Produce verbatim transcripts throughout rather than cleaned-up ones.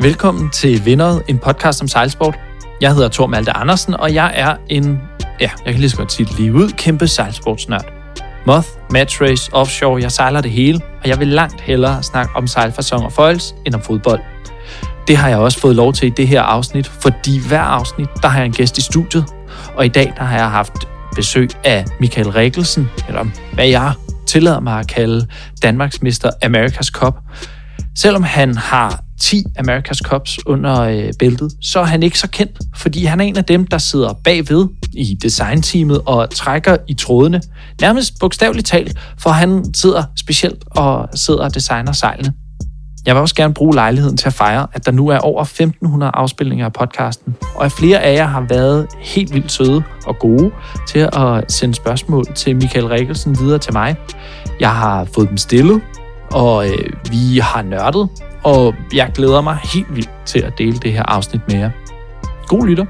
Velkommen til Vinderet, en podcast om sejlsport. Jeg hedder Thor Malte Andersen, og jeg er en, ja, jeg kan lige så godt sige det lige ud, kæmpe sejlsportsnørd. Moth, match race, offshore, jeg sejler det hele, og jeg vil langt hellere snakke om sejlfacon og foils end om fodbold. Det har jeg også fået lov til i det her afsnit, fordi hver afsnit, der har jeg en gæst i studiet, og i dag, der har jeg haft besøg af Michael Rekkelsen, eller hvad jeg tillader mig at kalde Danmarksmester America's Cup. Selvom han har ti America's Cups under øh, bæltet, så er han ikke så kendt, fordi han er en af dem, der sidder bagved i designteamet og trækker i trådene. Nærmest bogstaveligt talt, for han sidder specielt og sidder og designer sejlene. Jeg vil også gerne bruge lejligheden til at fejre, at der nu er over femten hundrede afspilninger af podcasten, og at flere af jer har været helt vildt søde og gode til at sende spørgsmål til Michael Rekkelsen videre til mig. Jeg har fået dem stillet, og øh, vi har nørdet, og jeg glæder mig helt vildt til at dele det her afsnit med jer. God lytter.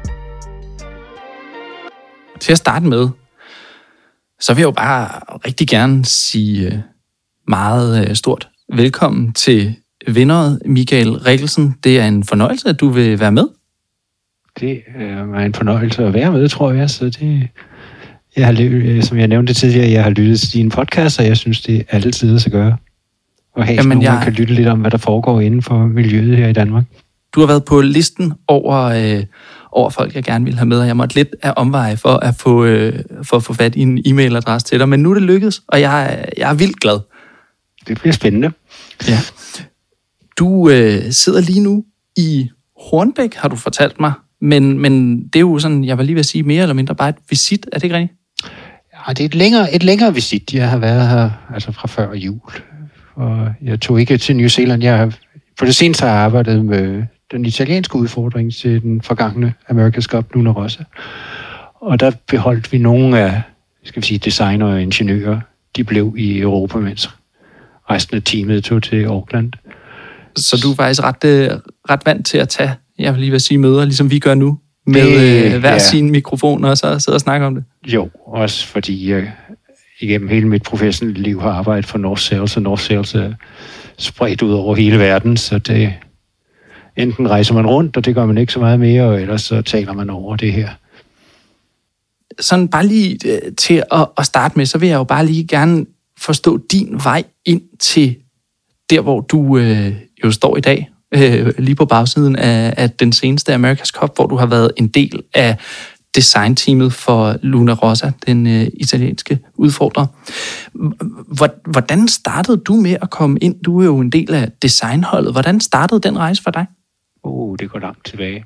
Til at starte med, så vil jeg jo bare rigtig gerne sige meget stort velkommen til vinderet, Michael Rekkelsen. Det er en fornøjelse, at du vil være med. Det er en fornøjelse at være med, tror jeg. Så det, jeg har, som jeg nævnte tidligere, jeg har lyttet til dine podcasts, og jeg synes, det er altid at gøre. Og have nogen, jeg... man kan lytte lidt om, hvad der foregår inden for miljøet her i Danmark. Du har været på listen over, øh, over folk, jeg gerne vil have med, og jeg måtte lidt af omveje for at få, øh, for at få fat i en e-mailadresse til dig. Men nu er det lykkedes, og jeg, jeg er vildt glad. Det bliver spændende. Ja. Du øh, sidder lige nu i Hornbæk, har du fortalt mig. Men, men det er jo sådan, jeg var lige ved at sige mere eller mindre bare et visit. Er det ikke rigtigt? Ja, det er et længere, et længere visit. Jeg har været her altså fra før jul. Og jeg tog ikke til New Zealand. Jeg har på det seneste har jeg arbejdet med den italienske udfordring til den forgangne America's Cup Luna Rossa. Og der beholdt vi nogle af, skal vi sige, designer og ingeniører. De blev i Europa, mens resten af teamet tog til Auckland. Så du er faktisk ret, ret vant til at tage, jeg vil lige vil sige, møder, ligesom vi gør nu, med det, hver ja. sin mikrofon, og så sidde og snakke om det? Jo, også fordi jeg igennem hele mit professionelle liv har arbejdet for North Sails, og North Sails er spredt ud over hele verden, så det enten rejser man rundt, og det gør man ikke så meget mere, og ellers så taler man over det her. Sådan bare lige til at, at starte med, så vil jeg jo bare lige gerne forstå din vej ind til der, hvor du øh, jo står i dag, øh, lige på bagsiden af, af den seneste America's Cup, hvor du har været en del af designteamet for Luna Rossa, den øh, italienske udfordrer. Hvordan startede du med at komme ind? Du er jo en del af designholdet. Hvordan startede den rejse for dig? Åh, oh, det går langt tilbage.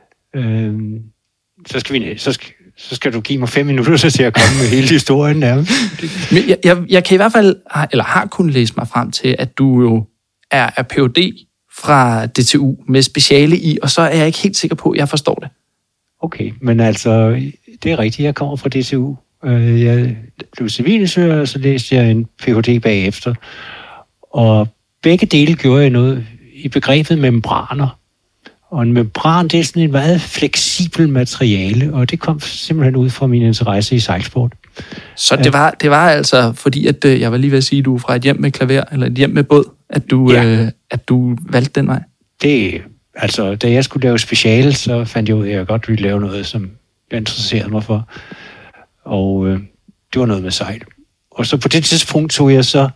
Øhm, så, skal vi, så, skal, så skal du give mig fem minutter, så til at komme med hele historien nærmest. Men jeg, jeg, jeg kan i hvert fald, eller har kunnet læse mig frem til, at du jo er, er P H D fra D T U med speciale i, og så er jeg ikke helt sikker på, at jeg forstår det. Okay, men altså, det er rigtigt, jeg kommer fra D T U. Jeg blev civilingeniør, og så læste jeg en P H D bagefter. Og begge dele gjorde jeg noget i begrebet membraner. Og en membran, det er sådan et meget fleksibelt materiale, og det kom simpelthen ud fra min interesse i sejlsport. Så det var, det var altså, fordi at, jeg var lige ved at sige, at du er fra et hjem med klaver, eller et hjem med båd, at du, ja. øh, at du valgte den vej? Det, altså, da jeg skulle lave speciale, så fandt jeg ud af, at jeg godt ville lave noget, som jeg interesserede mig for. Og øh, det var noget med sejl. Og så på det tidspunkt tog jeg så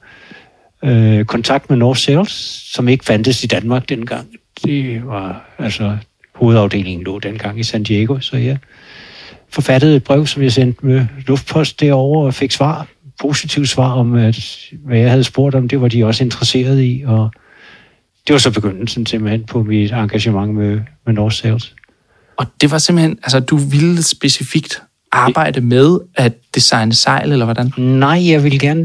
øh, kontakt med North Sails, som ikke fandtes i Danmark dengang. Det var, altså, hovedafdelingen lå dengang i San Diego, så jeg forfattede et brev, som jeg sendte med luftpost derovre, og fik svar, positivt svar om, at hvad jeg havde spurgt om, det var de også interesseret i, og det var så begyndelsen simpelthen på mit engagement med, med North Sails. Og det var simpelthen, altså du ville specifikt arbejde med at designe sejl, eller hvordan? Nej, jeg ville gerne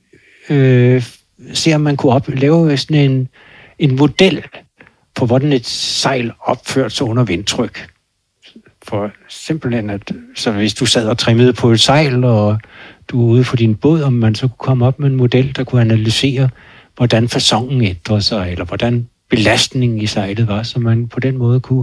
øh, se, om man kunne op, lave sådan en, en model på, hvordan et sejl opførte sig under vindtryk. For simpelthen, at så hvis du sad og trimmede på et sejl, og du var ude på din båd, om man så kunne komme op med en model, der kunne analysere, hvordan faconen ændrede sig, eller hvordan belastningen i sejlet var, så man på den måde kunne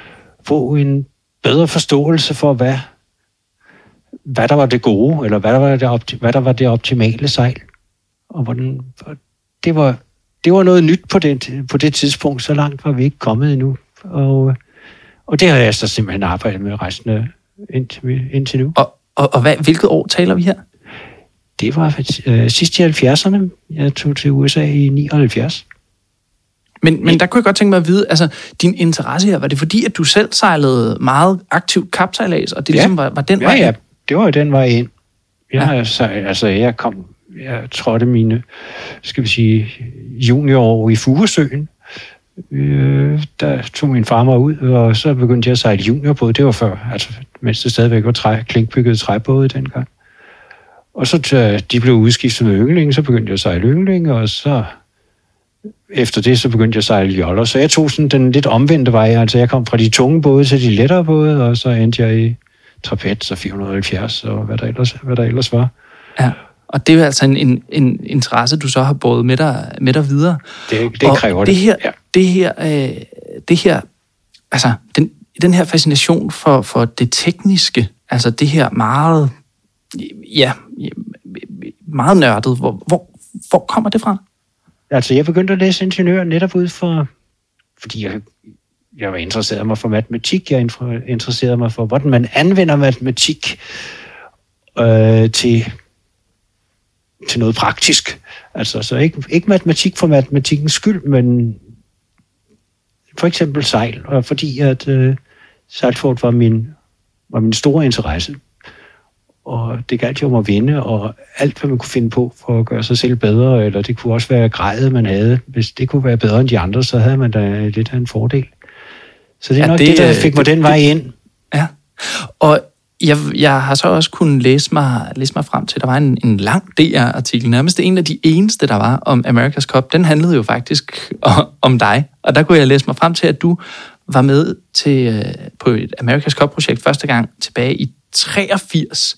få en bedre forståelse for, hvad, hvad der var det gode, eller hvad der var det, opti- hvad der var det optimale sejl. Og hvordan, det var det var noget nyt på det, på det tidspunkt. Så langt var vi ikke kommet endnu. Og, og det har jeg så simpelthen arbejdet med resten af indtil, indtil nu. Og, og, og hvad, hvilket år taler vi her? Det var øh, sidst i halvfjerdserne. Jeg tog til U S A i nioghalvfjerds. Men, men der kunne jeg godt tænke mig at vide, altså din interesse her, var det fordi, at du selv sejlede meget aktivt kapsejlads, og det ja. ligesom var, var den ja, vej ind? Ja, det var den vej ind. Jeg, Ja. så, altså, jeg kom, jeg trådte mine, skal vi sige, juniorår i Furesøen. Øh, der tog min far mig ud, og så begyndte jeg at sejle juniorbåd. Det var før, altså, mens det stadigvæk var træ, klinkbyggede træbåde dengang. Og så da de blev udskiftet med ynglinge, så begyndte jeg at sejle ynglinge, og så efter det, så begyndte jeg at sejle joller. Så jeg tog sådan den lidt omvendte vej. Altså, jeg kom fra de tunge både til de lettere både, og så endte jeg i trapez og fire hundrede og halvfjerds, og hvad der ellers, hvad der ellers var. Ja, og det er altså en, en, en interesse, du så har båret med dig, med dig videre. Det, det kræver og det. det her, ja. det her, øh, det her, altså den, den her fascination for, for det tekniske, altså det her meget, ja, meget nørdet, hvor, hvor, hvor kommer det fra? Altså, jeg begyndte at læse ingeniør netop ud for, fordi jeg, jeg var interesseret mig for matematik. Jeg interesserede mig for, hvordan man anvender matematik øh, til, til noget praktisk. Altså, så ikke, ikke matematik for matematikkens skyld, men for eksempel sejl. Og fordi at øh, sejlsport var min, var min store interesse. Og det galt jo om at vinde, og alt, hvad man kunne finde på for at gøre sig selv bedre, eller det kunne også være grejet, man havde. Hvis det kunne være bedre end de andre, så havde man da lidt af en fordel. Så det er ja, nok det, det, der fik mig det, den vej ind. Ja, og jeg, jeg har så også kunnet læse mig, læse mig frem til, at der var en, en lang D R-artikel, nærmest en af de eneste, der var om America's Cup. Den handlede jo faktisk om dig, og der kunne jeg læse mig frem til, at du var med til, på et America's Cup-projekt første gang tilbage i treogfirs.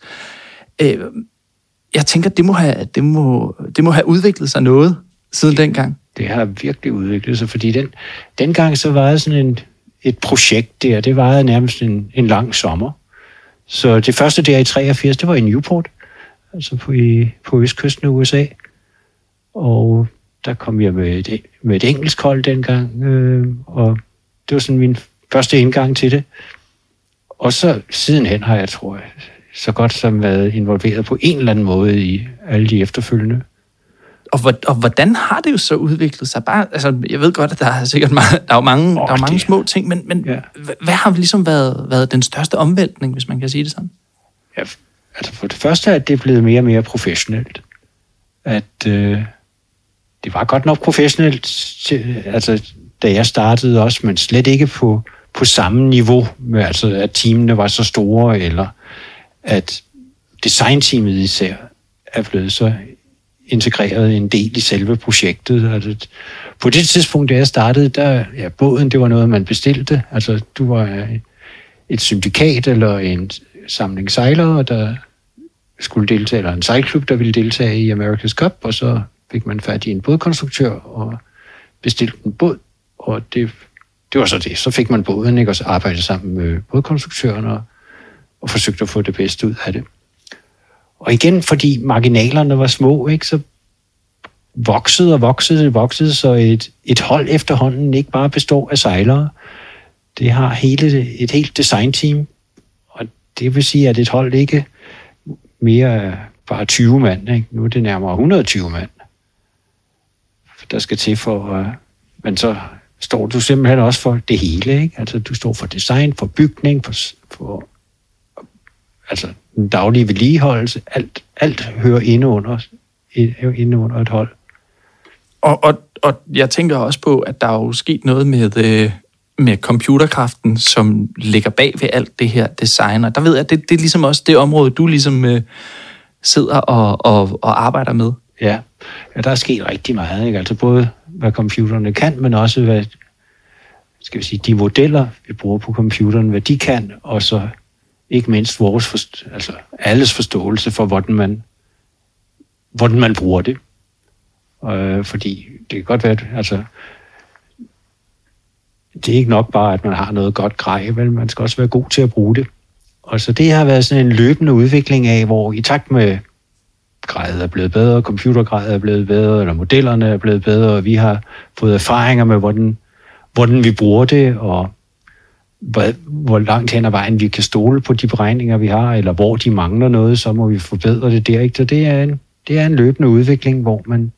Jeg tænker, det må have, det må, det må have udviklet sig noget siden dengang. Det har virkelig udviklet sig, fordi den, dengang så var det sådan en, et projekt der, det varede nærmest en, en lang sommer. Så det første der i treogfirs, det var i Newport, altså på, i, på østkysten af U S A. Og der kom jeg med et, med et engelsk hold dengang, øh, og det var sådan min første indgang til det. Og så sidenhen har jeg, tror jeg, så godt som været involveret på en eller anden måde i alle de efterfølgende. Og, og hvordan har det jo så udviklet sig? Bare, altså, jeg ved godt, at der er sikkert mange, der er jo mange, oh, der er mange det. små ting, men, men ja. hvad har ligesom været, været den største omvæltning, hvis man kan sige det sådan? Ja, altså for det første er det blevet mere og mere professionelt. At øh, det var godt nok professionelt, til, altså da jeg startede også, men slet ikke på på samme niveau, med, altså at teamene var så store, eller at designteamet især er blevet så integreret en del i selve projektet. Altså, på det tidspunkt, da jeg startede, der, ja, båden, det var noget, man bestilte. Altså, du var et syndikat eller en samling sejlere, der skulle deltage, eller en sejlklub, der ville deltage i America's Cup, og så fik man fat i en bådkonstruktør og bestilte en båd, og det Det var så det. Så fik man båden, ikke? Og så arbejdede sammen med bådkonstruktøren og, og forsøgte at få det bedste ud af det. Og igen, fordi marginalerne var små, ikke, så voksede og voksede og voksede, så et, et hold efterhånden ikke bare består af sejlere. Det har hele, et helt designteam, og det vil sige, at et hold ikke mere bare tyve mand, ikke? Nu er det nærmere et hundrede og tyve mand. Der skal til for, uh, men så står du simpelthen også for det hele, ikke? Altså, du står for design, for bygning, for, for altså, den daglige vedligeholdelse. Alt, alt hører inde under, inde under et hold. Og, og, og jeg tænker også på, at der er jo sket noget med, øh, med computerkraften, som ligger bag ved alt det her design. Og der ved jeg, at det, det er ligesom også det område, du ligesom øh, sidder og, og, og arbejder med. Ja. Ja, der er sket rigtig meget, ikke? Altså både hvad computerne kan, men også hvad, skal vi sige, de modeller, vi bruger på computeren, hvad de kan, og så ikke mindst vores, forst- altså alles forståelse for, hvordan man, hvordan man bruger det. Øh, fordi det kan godt være, altså det er ikke nok bare, at man har noget godt grej, vel? Man skal også være god til at bruge det. Og så det har været sådan en løbende udvikling af, hvor i takt med gradet er blevet bedre, computergradet er blevet bedre, eller modellerne er blevet bedre, og vi har fået erfaringer med, hvordan, hvordan vi bruger det, og hvor, hvor langt hen ad vejen vi kan stole på de beregninger, vi har, eller hvor de mangler noget, så må vi forbedre det der. Ikke? Så det er, en, det er en løbende udvikling, hvor man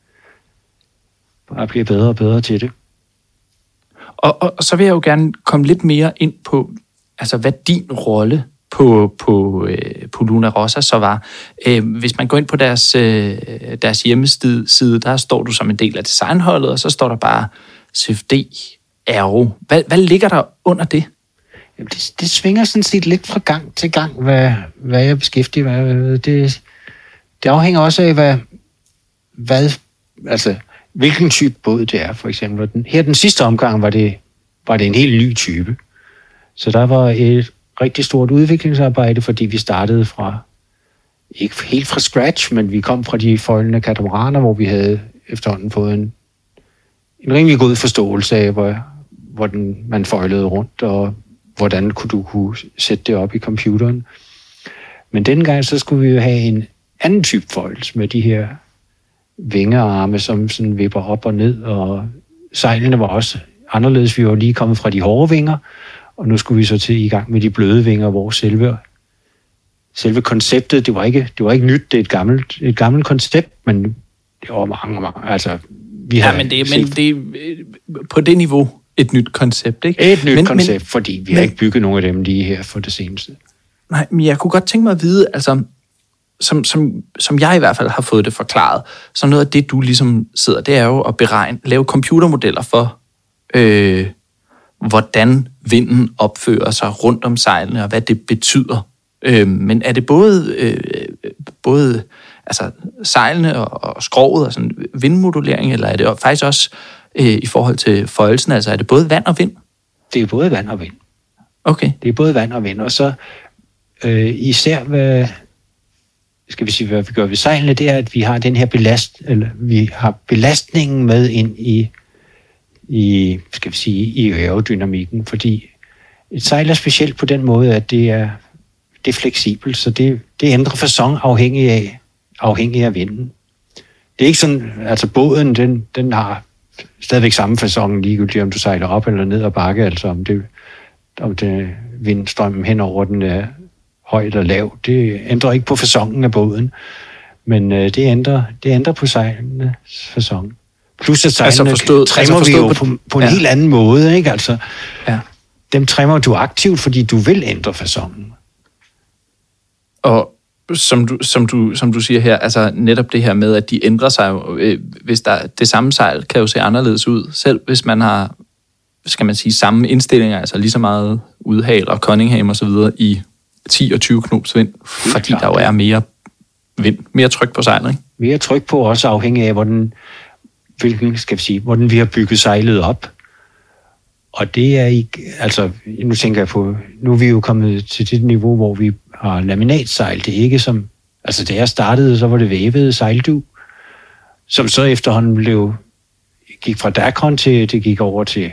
bare bliver bedre og bedre til det. Og, og, og så vil jeg jo gerne komme lidt mere ind på, altså hvad din rolle på, på, øh, på Luna Rossa så var. Øh, hvis man går ind på deres, øh, deres hjemmeside, der står du som en del af designholdet, og så står der bare C F D Aero. Hvad, hvad ligger der under det? Jamen det, det svinger sådan set lidt fra gang til gang, hvad, hvad jeg beskæftiger mig. Det, det afhænger også af, hvad, hvad, altså, hvilken type båd det er, for eksempel. Den, her den sidste omgang var det, var det en helt ny type. Så der var et rigtig stort udviklingsarbejde, fordi vi startede fra, ikke helt fra scratch, men vi kom fra de foldende katamaraner, hvor vi havde efterhånden fået en, en rimelig god forståelse af, hvor, hvordan man foldede rundt, og hvordan kunne du kunne sætte det op i computeren. Men denne gang, så skulle vi jo have en anden type foils med de her vingearme, som sådan vipper op og ned, og sejlene var også anderledes. Vi var lige kommet fra de hårde vinger, og nu skulle vi så til i gang med de bløde vinger, hvor selve, selve konceptet, det var ikke, det var ikke nyt, det er et gammelt, et gammelt koncept, men det var mange, mange, altså vi ja, men det, er, men det er på det niveau et nyt koncept, ikke? Et nyt men, koncept, men, fordi vi men, har ikke bygget nogen af dem lige her for det seneste. Nej, men jeg kunne godt tænke mig at vide, altså, som, som, som jeg i hvert fald har fået det forklaret, så noget af det, du ligesom sidder, det er jo at beregne, lave computermodeller for, øh, hvordan vinden opfører sig rundt om sejlene, og hvad det betyder. Øh, men er det både, øh, både altså, sejlene og, og skroget og sådan vindmodulering, eller er det faktisk også øh, i forhold til føjelsen, altså er det både vand og vind? Det er både vand og vind. Okay. Det er både vand og vind, og så øh, især hvad, skal vi sige, hvad vi gør ved sejlene, det er, at vi har den her belast, eller vi har belastningen med ind i i, skal vi sige, i aerodynamikken, fordi et sejl er specielt på den måde, at det er, det er fleksibelt, så det, det ændrer facon afhængig af, afhængig af vinden. Det er ikke sådan, altså båden, den, den har stadigvæk samme facon, ligegyldigt om du sejler op eller ned ad bakke, altså om det, om det vindstrømmen henover den er høj eller lav, det ændrer ikke på faconen af båden, men øh, det, ændrer, det ændrer på sejlenes facon. Plus at sejlene altså forstået, træmmer altså vi jo på, på en ja. helt anden måde, ikke? Altså, ja. Dem træmmer du aktivt, fordi du vil ændre faconen. Og som du, som, du, som du siger her, altså netop det her med, at de ændrer sig jo, øh, hvis der, det samme sejl kan jo se anderledes ud, selv hvis man har, skal man sige, samme indstillinger, altså lige så meget udhal og Cunningham og så videre i ti og tyve knops vind, fordi klart, der jo er mere vind, mere tryk på sejlet, ikke? Mere tryk på, også afhængig af, hvordan hvilken, skal vi sige, hvordan vi har bygget sejlet op. Og det er ikke, altså, nu tænker jeg på, nu er vi jo kommet til det niveau, hvor vi har laminatsejl. Det er ikke som, altså da jeg startede, så var det vævede sejldu, som så efterhånden blev, gik fra Dacron til, det gik over til,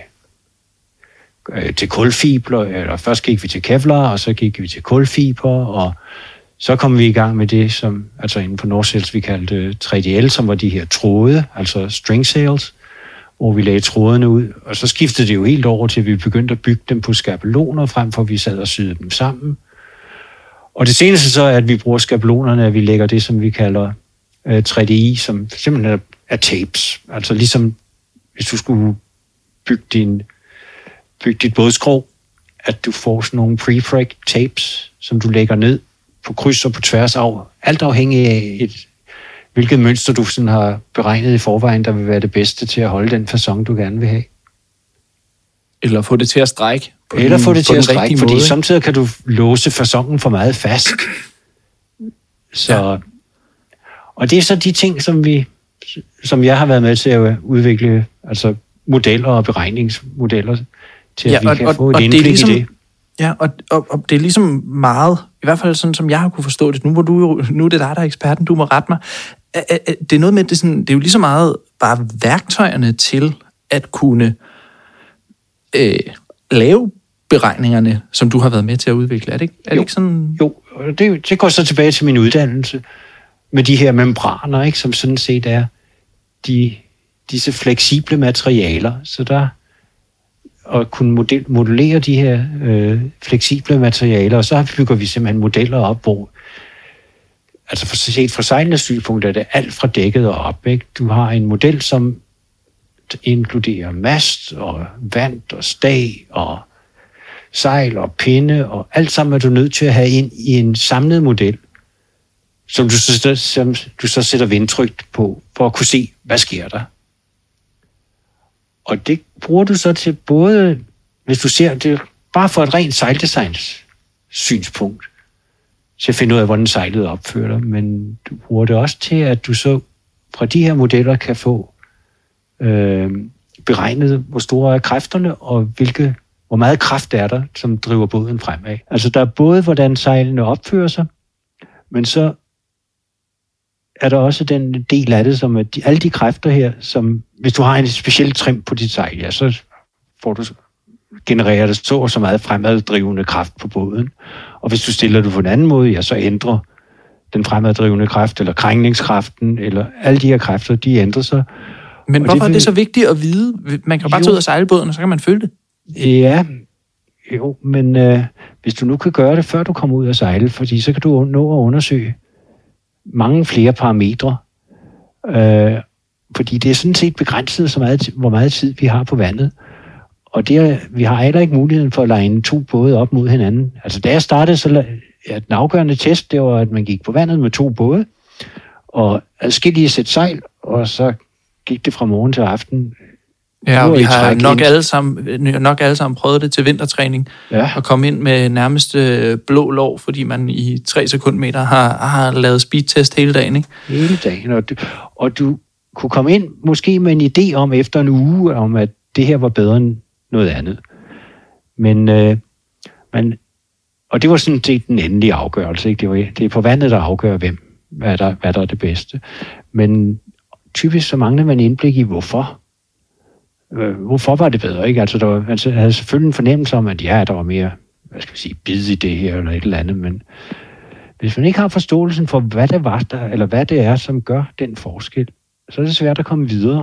øh, til kulfiber, eller først gik vi til Kevlar, og så gik vi til kulfiber, og så kom vi i gang med det, som altså inden på Nordsjælland vi kaldte tre D L, som var de her tråde, altså string sails, hvor vi lagde trådene ud. Og så skiftede det jo helt over til, at vi begyndte at bygge dem på skabeloner, frem for at vi sad og syede dem sammen. Og det seneste så er, at vi bruger skabelonerne, at vi lægger det, som vi kalder øh, tre D I, som simpelthen er, er tapes. Altså ligesom, hvis du skulle bygge, din, bygge dit bådskrog, at du får sådan nogle pre-preg tapes, som du lægger ned på kryds og på tværs af, alt afhængig af et, hvilket mønster du sådan har beregnet i forvejen, der vil være det bedste til at holde den facon, du gerne vil have. Eller få det til at strække. Eller få det til at strække, fordi måde. Samtidig kan du låse faconen for meget fast. Så, ja. Og det er så de ting, som vi, som jeg har været med til at udvikle, altså modeller og beregningsmodeller, til at ja, vi og, kan og, få et indblik ligesom, i det. Ja, og, og, og det er ligesom meget, i hvert fald sådan, som jeg har kunne forstå det, nu, hvor du jo, nu er det dig, der er eksperten, du må rette mig, det er noget med, det er, sådan, det er jo lige så meget bare værktøjerne til at kunne øh, lave beregningerne, som du har været med til at udvikle, er det ikke, er det jo, ikke sådan? Jo, det, det går så tilbage til min uddannelse, med de her membraner, ikke, som sådan set er de, disse fleksible materialer. Så der at kunne model, modellere de her øh, fleksible materialer, og så bygger vi simpelthen modeller op, hvor altså for set fra sejlenes synspunkt er det alt fra dækket og op. Ikke? Du har en model, som inkluderer mast og vand og stag og sejl og pinde, og alt sammen er du nødt til at have ind i en samlet model, som du så, som du så sætter vindtryk på, for at kunne se, hvad sker der. Og det bruger du så til både, hvis du ser det, bare for et rent sejldesigns synspunkt, til at finde ud af, hvordan sejlet opfører dig, men du bruger det også til, at du så fra de her modeller kan få øh, beregnet, hvor store er kræfterne, og hvilke, hvor meget kraft er der, som driver båden fremad. Altså der er både, hvordan sejlene opfører sig, men så er der også den del af det, som er de, alle de kræfter her, som hvis du har en speciel trim på dit sejl, ja, så får du genererer det så og så meget fremaddrivende kraft på båden. Og hvis du stiller det på en anden måde, ja, så ændrer den fremaddrivende kraft, eller krængningskraften, eller alle de her kræfter, de ændrer sig. Men og hvorfor det er det så vigtigt at vide? Man kan jo bare tage ud af sejlbåden, og så kan man følge det. Ja, jo, men øh, hvis du nu kan gøre det, før du kommer ud af sejle, fordi så kan du nå at undersøge mange flere parametre, øh, fordi det er sådan set begrænset, så meget, hvor meget tid vi har på vandet. Og det er, vi har heller ikke muligheden for at legne to både op mod hinanden. Altså da jeg startede, så ja, den afgørende test, det var, at man gik på vandet med to både, og adskillige sæt sejl, og så gik det fra morgen til aften. Ja, og vi har nok alle, sammen, nok alle sammen prøvet det til vintertræning, ja. At komme ind med nærmest blå lår, fordi man i tre sekundmeter har, har lavet speedtest hele dagen, ikke? Hele dagen, og du, og du kunne komme ind måske med en idé om efter en uge, om at det her var bedre end noget andet. Men, øh, man, og det var sådan set den endelige afgørelse, ikke? Det, var, det er på vandet, der afgør, hvem, hvad der, hvad der er det bedste. Men typisk så mangler man indblik i, hvorfor. Hvorfor var det bedre, ikke? Altså, der var, altså, jeg havde selvfølgelig en fornemmelse om, at ja, der var mere, hvad skal vi sige, bid i det her, eller et eller andet, men hvis man ikke har forståelsen for, hvad det var der, eller hvad det er, som gør den forskel, så er det svært at komme videre.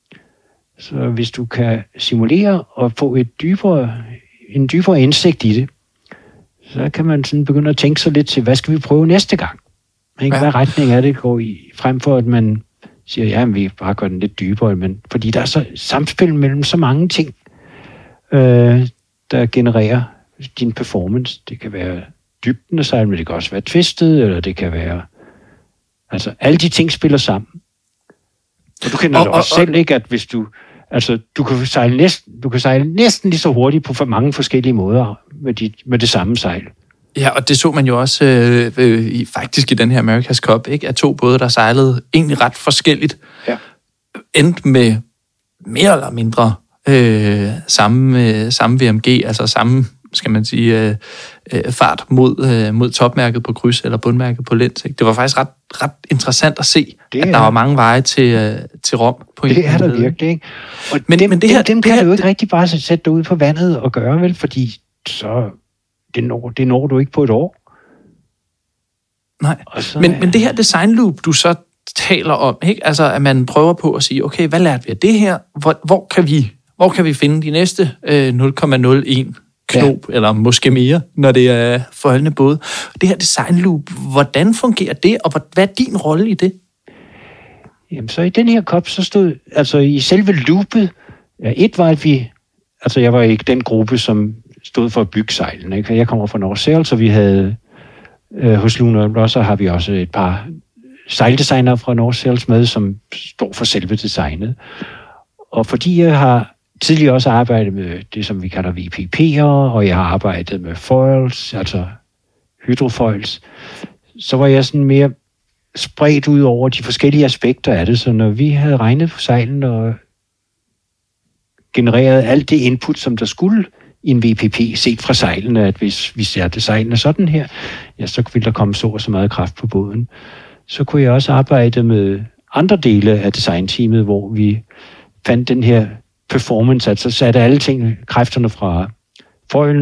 Så hvis du kan simulere og få et dybere, en dybere indsigt i det, så kan man sådan begynde at tænke sig lidt til, hvad skal vi prøve næste gang? Ikke? Hvad retning er det går i, frem for at man siger, ja, vi bare gør den lidt dybere, men fordi der er så samspil mellem så mange ting, øh, der genererer din performance. Det kan være dybden af sejl, men det kan også være twistet, eller det kan være... Altså, alle de ting spiller sammen. Og du kender og, det også og, selv, ikke, at hvis du... Altså, du kan sejle næsten, du kan sejle næsten lige så hurtigt på for mange forskellige måder med, de, med det samme sejl. Ja, og det så man jo også øh, øh, i, faktisk i den her America's Cup, ikke? At to både, der sejlede egentlig ret forskelligt, ja. Endte med mere eller mindre øh, samme, øh, samme V M G, altså samme, skal man sige, øh, øh, fart mod, øh, mod topmærket på kryds eller bundmærket på læns. Ikke? Det var faktisk ret, ret interessant at se, det at der var mange veje til, øh, til Rom. På det er der virkelig, ikke? Og men, dem, men det her, dem, dem det kan her, du jo ikke rigtig bare sætte dig ud på vandet og gøre, vel? Fordi så... Det når, det når du ikke på et år. Nej, men, men det her design loop, du så taler om, ikke? Altså, at man prøver på at sige, okay, hvad lærte vi af det her? Hvor, hvor, kan, vi, hvor kan vi finde de næste øh, nul komma nul en knob, ja. Eller måske mere, når det er forholdende både? Det her design loop, hvordan fungerer det, og hvad er din rolle i det? Jamen, så i den her kop, så stod, altså i selve loopet, ja, et var, at vi, altså jeg var ikke den gruppe, som stod for at bygge sejlen. Ikke? Jeg kommer fra North Sail, så vi havde øh, hos Lunar så har vi også et par sejldesignere fra North Sails med, som står for selve designet. Og fordi jeg har tidligere også arbejdet med det, som vi kalder V P P'er, og jeg har arbejdet med foils, altså hydrofoils, så var jeg sådan mere spredt ud over de forskellige aspekter af det, så når vi havde regnet på sejlen og genereret alt det input, som der skulle i en V P P, set fra sejlene, at hvis vi ser sejlene sådan her, ja, så ville der komme så og så meget kraft på båden. Så kunne jeg også arbejde med andre dele af designteamet, hvor vi fandt den her performance, altså satte alle ting, kræfterne fra foilene,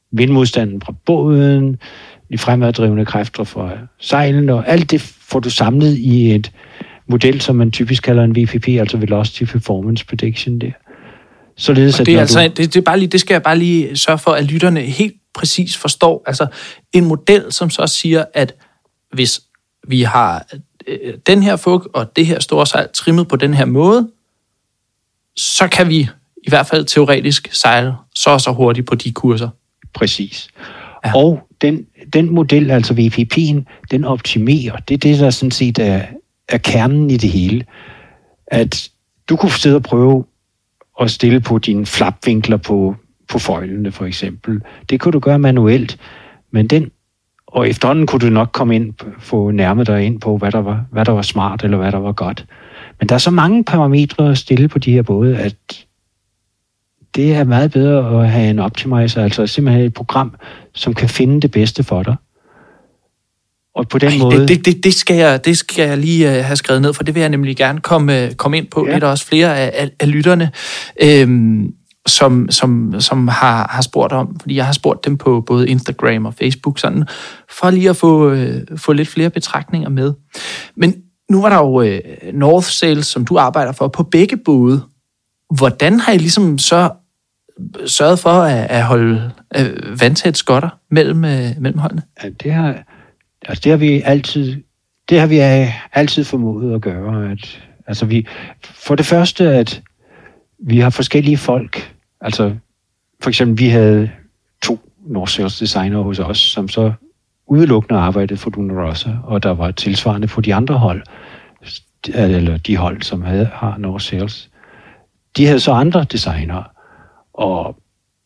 vindmodstanden fra båden, de fremaddrivende kræfter fra sejlen, og alt det får du samlet i et model, som man typisk kalder en V P P, altså Velocity Performance Prediction der. Således, og det, er altså, du... det, det, er bare lige, det skal jeg bare lige sørge for, at lytterne helt præcis forstår. Altså en model, som så siger, at hvis vi har øh, den her fug og det her store sejl trimmet på den her måde, så kan vi i hvert fald teoretisk sejle så og så hurtigt på de kurser. Præcis. Ja. Og den, den model, altså V P P'en, den optimerer. Det er det, der sådan set er, er kernen i det hele. At du kunne sidde og prøve at stille på dine flapvinkler på, på føjlene, for eksempel. Det kunne du gøre manuelt, men den, og efterhånden kunne du nok komme ind, få nærmet dig ind på, hvad der var, hvad der var smart, eller hvad der var godt. Men der er så mange parametre at stille på de her både, at det er meget bedre at have en optimizer, altså simpelthen et program, som kan finde det bedste for dig. Og på den Ej, måde... Det, det, det, skal jeg, det skal jeg lige have skrevet ned, for det vil jeg nemlig gerne komme, komme ind på. Ja. Det er der også flere af, af, af lytterne, øhm, som, som, som har, har spurgt om, fordi jeg har spurgt dem på både Instagram og Facebook, sådan, for lige at få, øh, få lidt flere betragtninger med. Men nu var der jo øh, North Sails, som du arbejder for, på begge både. Hvordan har I ligesom så sørget for at, at holde øh, vandtæt skotter mellem, øh, mellem holdene? Ja, det har, altså det har vi altid, det har vi altid formået at gøre. At, altså vi, for det første, at vi har forskellige folk. Altså for eksempel, vi havde to North Sails designere hos os, som så udelukkende arbejdede for Luna Rossa, og der var tilsvarende på de andre hold, eller de hold, som havde, har North Sails. De havde så andre designere, og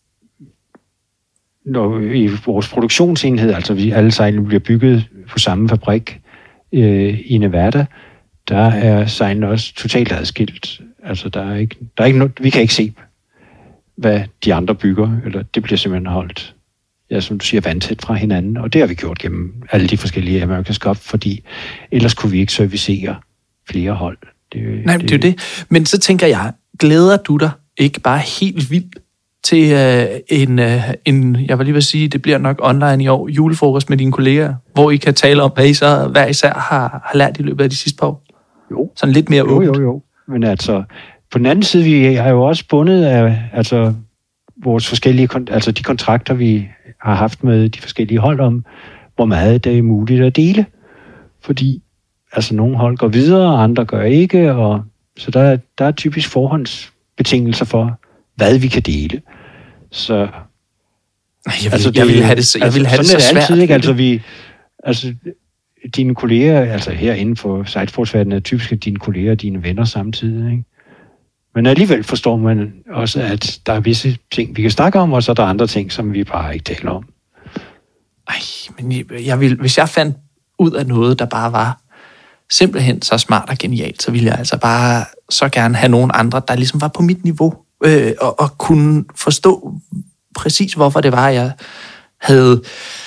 når i vores produktionsenhed, altså vi alle sejlene bliver bygget på samme fabrik øh, i Nevada, der er sejlene også totalt adskilt. Altså der er ikke, der er ikke noget, vi kan ikke se, hvad de andre bygger, eller det bliver simpelthen holdt, ja, som du siger, vandtæt fra hinanden, og det har vi gjort gennem alle de forskellige America's Cup, fordi ellers kunne vi ikke servicere flere hold. Det, Nej, det, det er jo det. Men så tænker jeg, glæder du dig ikke bare helt vildt til øh, en, øh, en, jeg vil lige vil sige, det bliver nok online i år, julefrokost med dine kolleger, hvor I kan tale om, hvad I så hver især har, har lært i løbet af de sidste par år? Jo. Sådan lidt mere åbent. Jo, jo, jo. Men altså, på den anden side, vi har jo også bundet af altså, vores forskellige, altså de kontrakter, vi har haft med de forskellige hold om, hvor meget det er muligt at dele. Fordi altså, nogle hold går videre, og andre gør ikke, og så der, der er typisk forhåndsbetingelser for, hvad vi kan dele. Så jeg vil, altså, det, jeg vil have det, jeg vil altså, have det så det svært. Altid, ikke? Altså, vi, altså, dine kolleger, altså her inden for sejlsportsverdenen, er typisk dine kolleger og dine venner samtidig, ikke? Men alligevel forstår man også, at der er visse ting, vi kan snakke om, og så er der andre ting, som vi bare ikke taler om. Ej, men jeg vil, hvis jeg fandt ud af noget, der bare var simpelthen så smart og genialt, så ville jeg altså bare så gerne have nogle andre, der ligesom var på mit niveau, øh, og, og kunne forstå præcis, hvorfor det var, jeg havde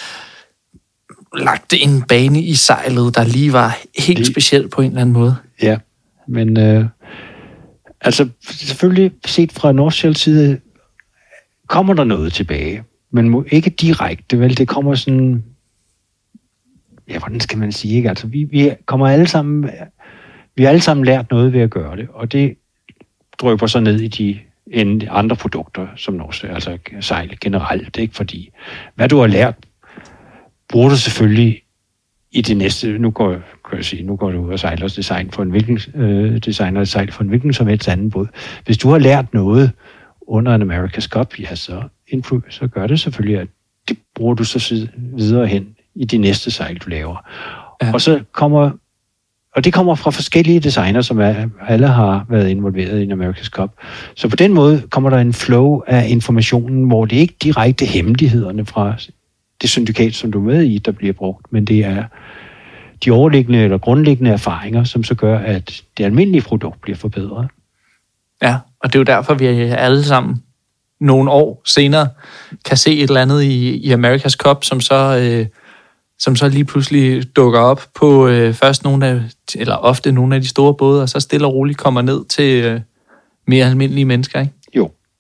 lagt en bane i sejlet, der lige var helt det, speciel på en eller anden måde. Ja, men øh, altså selvfølgelig set fra North Sails side, kommer der noget tilbage, men må ikke direkte, vel, det kommer sådan, ja, hvordan skal man sige, ikke? Altså, vi, vi kommer alle sammen, vi har alle sammen lært noget ved at gøre det, og det drøber så ned i de andre produkter, som North Sails, altså sejl generelt, ikke? Fordi, hvad du har lært, bruger du selvfølgelig i det næste, nu går, kan jeg sige, nu går du ud og sejler design for en hvilken, øh, designer sejl for en hvilken som helst anden båd. Hvis du har lært noget under en America's Cup, ja, så, influ, så gør det selvfølgelig, at det bruger du så videre hen i de næste sejl, du laver. Ja. Og så kommer, og det kommer fra forskellige designer, som er, alle har været involveret i en America's Cup. Så på den måde kommer der en flow af informationen, hvor det ikke direkte hemmelighederne fra det syndikat, som du er med i, der bliver brugt, men det er de overliggende eller grundlæggende erfaringer, som så gør, at det almindelige produkt bliver forbedret. Ja, og det er jo derfor, vi alle sammen nogle år senere kan se et eller andet i, i America's Cup, som så, øh, som så lige pludselig dukker op på øh, først nogle af, eller ofte nogle af de store både, og så stille og roligt kommer ned til øh, mere almindelige mennesker, ikke? Jo.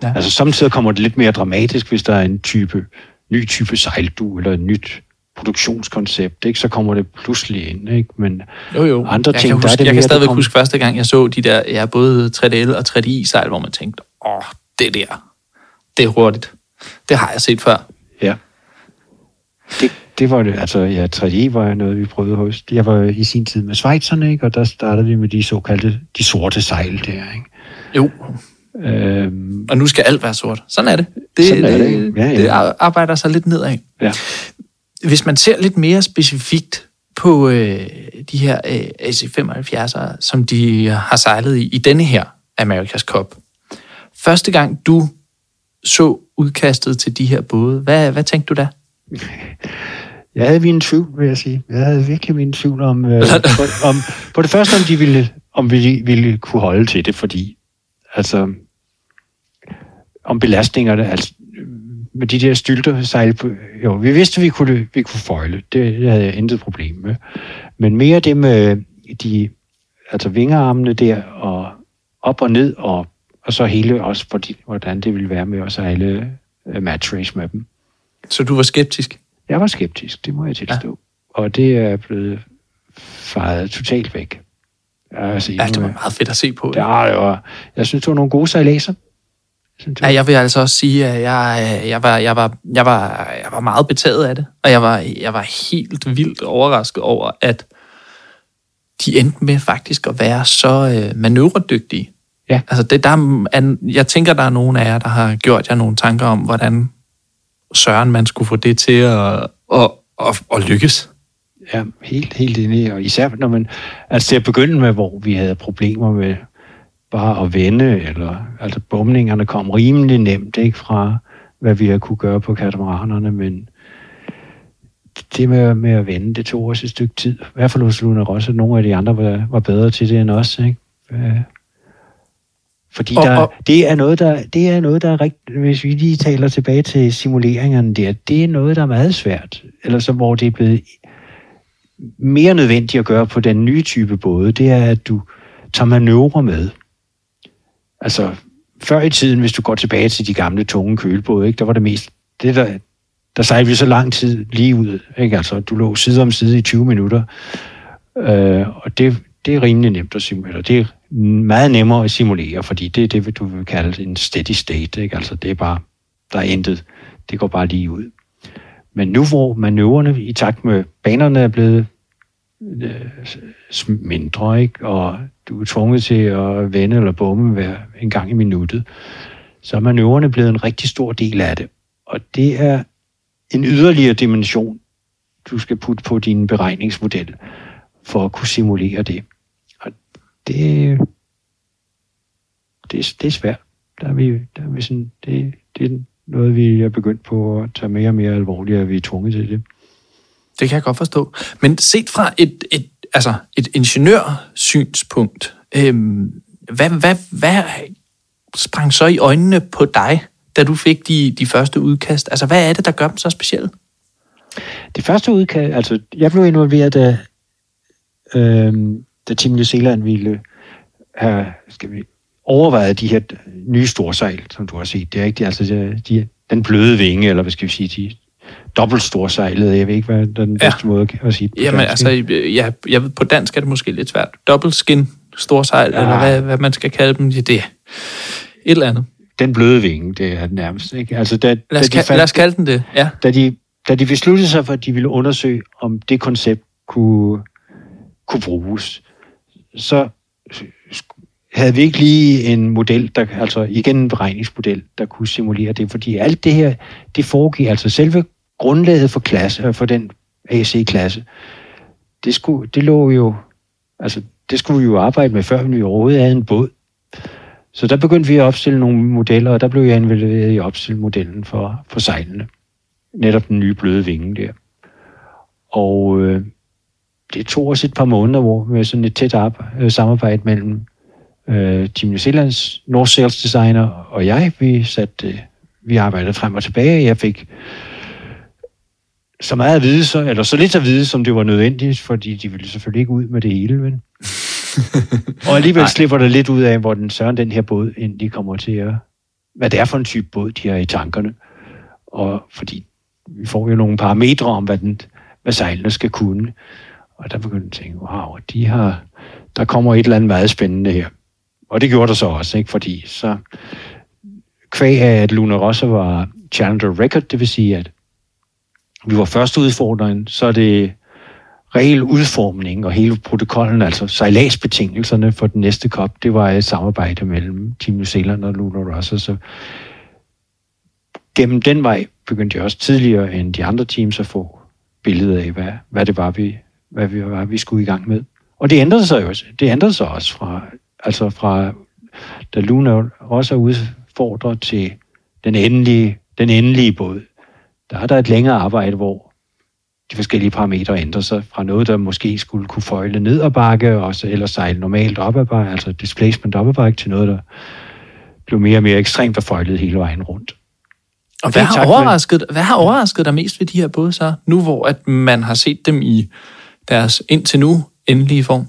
Ja. Altså samtidig kommer det lidt mere dramatisk, hvis der er en type, ny type sejldu, eller et nyt produktionskoncept, ikke? Så kommer det pludselig ind, ikke? Men jo, jo. andre jeg ting, kan huske, der er det Jeg mere, kan stadigvæk kom... huske første gang, jeg så de der, ja, både tre D L og tre D I-sejl, hvor man tænkte, åh, det der, det er hurtigt. Det har jeg set før. Ja. Det, det var det, altså, ja, tre D I var noget, vi prøvede hos. Jeg var i sin tid med schweizerne, ikke? Og der startede vi med de såkaldte, de sorte sejl der, ikke? Jo. Øhm... Og nu skal alt være sort. Sådan er det. Det, Sådan er det, det. Ja, ja. det arbejder sig lidt nedad. Ja. Hvis man ser lidt mere specifikt på øh, de her øh, A C femoghalvfjerds'ere, som de har sejlet i, i denne her America's Cup. Første gang du så udkastet til de her både, hvad, hvad tænkte du da? Jeg havde min tvivl, vil jeg sige. Jeg havde virkelig min tvivl om, øh, for, om på det første, om de ville, om vi ville kunne holde til det, fordi altså om belastningerne, altså med de der stylter sejle på, jo, vi vidste, at vi kunne, vi kunne føjle. Det, det havde jeg intet problem med. Men mere det med de, altså vingerarmene der, og op og ned, og, og så hele også, fordi, hvordan det ville være med at sejle uh, match race med dem. Så du var skeptisk? Jeg var skeptisk, det må jeg tilstå. Ja. Og det er blevet fejret totalt væk. Altså, ja, det var meget fedt at se på. Ja, det var, jeg synes, det var nogle gode sejladser. Ja, jeg vil altså også sige, at jeg, jeg, var, jeg, var, jeg, var, jeg var meget betaget af det, og jeg var, jeg var helt vildt overrasket over, at de endte med faktisk at være så øh, manøvredygtige. Ja. Altså, det, der er, jeg tænker, der er nogen af jer, der har gjort jer nogle tanker om, hvordan søren man skulle få det til at, at, at, at lykkes. Ja, helt, helt enig. Og især når man, altså til at begynde med, hvor vi havde problemer med bare at vende, eller altså bomningerne kom rimelig nemt, ikke, fra hvad vi havde kunne gøre på katamaranerne, men det med, med at vende, det tog også et stykke tid. I hvert fald hos Luna Rossa, nogle af de andre var, var bedre til det end os, ikke? Fordi og, der, og, det er noget, der, det er noget, der er rigtigt, hvis vi lige taler tilbage til simuleringerne der, det er noget, der er meget svært, eller så hvor det er blevet mere nødvendigt at gøre på den nye type både, det er, at du tager manøvrer med. Altså, før i tiden, hvis du går tilbage til de gamle tunge kølebåde, ikke, der var det mest, det der, der sejlede vi så lang tid lige ud, ikke? Altså, du lå side om side i tyve minutter, øh, og det, det er rimelig nemt at simulere. Det er meget nemmere at simulere, fordi det er det, du vil kalde en steady state, ikke? Altså, det er bare, der er intet, det går bare lige ud. Men nu hvor manøvrerne i takt med banerne er blevet øh, mindre, ikke? Og du er tvunget til at vende eller bomme hver en gang i minuttet, så er manøvrerne blevet en rigtig stor del af det. Og det er en yderligere dimension, du skal putte på din beregningsmodel for at kunne simulere det. Og det, det, det er svært. Der er vi, der er vi sådan, det, det er noget, vi er begyndt på at tage mere og mere alvorligt, at vi er tvunget til det. Det kan jeg godt forstå. Men set fra et, et, altså et ingeniørsynspunkt, øhm, hvad, hvad, hvad sprang så i øjnene på dig, da du fik de, de første udkast? Altså, hvad er det, der gør dem så specielt? Det første udkast, altså, jeg blev involveret, da, øhm, da Team New Zealand ville have, skal vi overveje de her nye storsejl, som du har set. Det er ikke de, altså de, de, den bløde vinge, eller hvad skal vi sige, de dobbelt storsejlede. Jeg ved ikke, hvad den bedste ja. måde at sige på Jamen dansk. altså, ja, jeg ved, på dansk er det måske lidt svært. Dobbelt skin storsejl, ja. Eller hvad, hvad man skal kalde dem. Det er et eller andet. Den bløde vinge, det er nærmest, ikke? Altså, da, lad, os da de ka- fandt, lad os kalde den det, ja. Da de, da de besluttede sig for, at de ville undersøge, om det koncept kunne, kunne bruges, så havde vi ikke lige en model, der, altså igen en beregningsmodel, der kunne simulere det, fordi alt det her, det foregik, altså selve grundlaget for klasse, for den A C-klasse, det, skulle, det lå jo, altså det skulle vi jo arbejde med, før vi overhovedet havde en båd. Så der begyndte vi at opstille nogle modeller, og der blev jeg involveret i at opstille modellen for, for sejlene. Netop den nye bløde vinge der. Og øh, det tog os et par måneder, hvor med sådan et tæt op, øh, samarbejde mellem øh, Team New Zealands North Sails designer og jeg. Vi, satte, øh, vi arbejdede frem og tilbage. Jeg fik så meget at vide, så, eller så lidt at vide, som det var nødvendigt, fordi de ville selvfølgelig ikke ud med det hele, men og alligevel slipper der lidt ud af, hvor den søren den her båd endelig kommer til at, hvad det er for en type båd, de har i tankerne. Og fordi vi får jo nogle parametre om, hvad, den, hvad sejlene skal kunne. Og der begyndte jeg at tænke, wow, de har, der kommer et eller andet meget spændende her. Og det gjorde der så også, ikke? Fordi så kvæg af, at Luna Rossa var Challenger Record, det vil sige, at vi var første udfordringen, så er det reel udformning og hele protokollen, altså sejladsbetingelserne for den næste kop, det var et samarbejde mellem Team New Zealand og Luna Rossa. Så gennem den vej begyndte jeg også tidligere end de andre teams at få billeder af, hvad, hvad det var, vi, hvad vi, var, vi skulle i gang med. Og det ændrede sig jo også. Det ændrede sig også fra, altså fra da Luna Rossa udfordrer til den endelige, den endelige båd. Der er der et længere arbejde, hvor de forskellige parametre ændrer sig fra noget, der måske skulle kunne føjle ned ad bakke, og så ellers sejle normalt op ad bakke, altså displacement op ad bakke, til noget, der blev mere og mere ekstremt og føjlet hele vejen rundt. Og hvad har, overrasket, hvad har overrasket dig mest ved de her både så, nu hvor at man har set dem i deres indtil nu endelige form?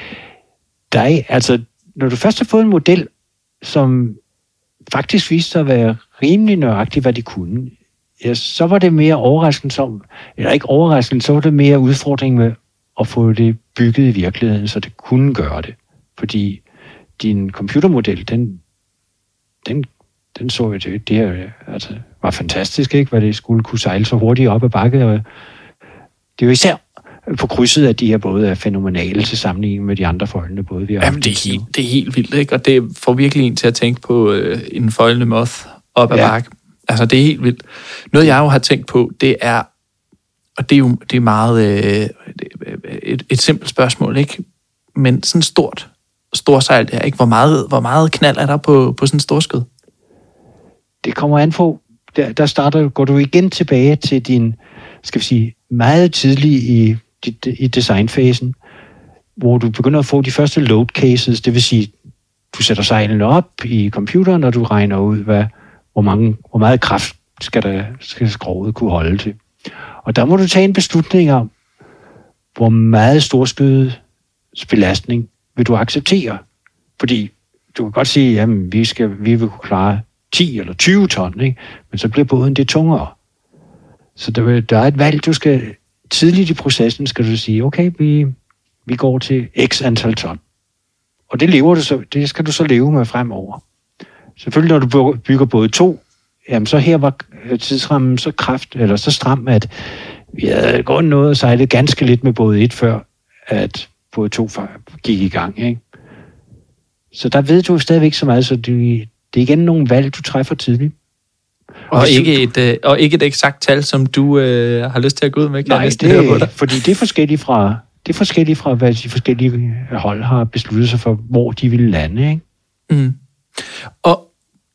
Der er, altså, når du først har fået en model, som faktisk viste sig at være rimelig nøjagtig, hvad de kunne, ja, så var det mere overraskende som, eller ikke overraskende, så var det mere udfordring med at få det bygget i virkeligheden, så det kunne gøre det. Fordi din computermodel, den, den, den så jo det, det her, altså, var fantastisk, ikke? Hvad det skulle kunne sejle så hurtigt op ad bakke. Og det er jo især på krydset, at de her både er fænomenale til sammenligning med de andre føjlende både, vi har. Jamen, det er, helt, det er helt vildt, ikke? Og det får virkelig en til at tænke på øh, en føjlende moth op ad ja. bakke. Altså, det er helt vildt. Noget, jeg jo har tænkt på, det er, og det er jo det er meget øh, et, et simpelt spørgsmål, ikke? Men sådan stort, storsejl der, ikke? Hvor meget, hvor meget knald er der på, på sådan en storskød? Det kommer an på, der, der starter, går du igen tilbage til din, skal vi sige, meget tidlig i, i designfasen, hvor du begynder at få de første load cases, det vil sige, du sætter sejlene op i computeren, og du regner ud, hvad Hvor, mange, hvor meget kraft skal, der, skal skroget kunne holde til. Og der må du tage en beslutning om, hvor meget storskødets belastning vil du acceptere. Fordi du kan godt sige, at vi, skal, vi vil kunne klare ti eller tyve ton, ikke? Men så bliver båden det tungere. Så der, der er et valg, du skal tidligt i processen skal du sige, okay, vi, vi går til x antal ton. Og det, lever du så, det skal du så leve med fremover. Selvfølgelig, når du bygger både to, jamen så her var tidsrammen så kraft, eller så stram, at vi havde gået noget og sejlet ganske lidt med både et, før at både to gik i gang, ikke? Så der ved du stadigvæk så meget, så det, det er igen nogle valg, du træffer tidligt. Og, og, ikke, et, øh, og ikke et eksakt tal, som du øh, har lyst til at gå ud med, kan nej, det, det på dig. Fordi det er forskelligt fra, det er forskelligt fra, hvad de forskellige hold har besluttet sig for, hvor de vil lande, ikke? Mm. Og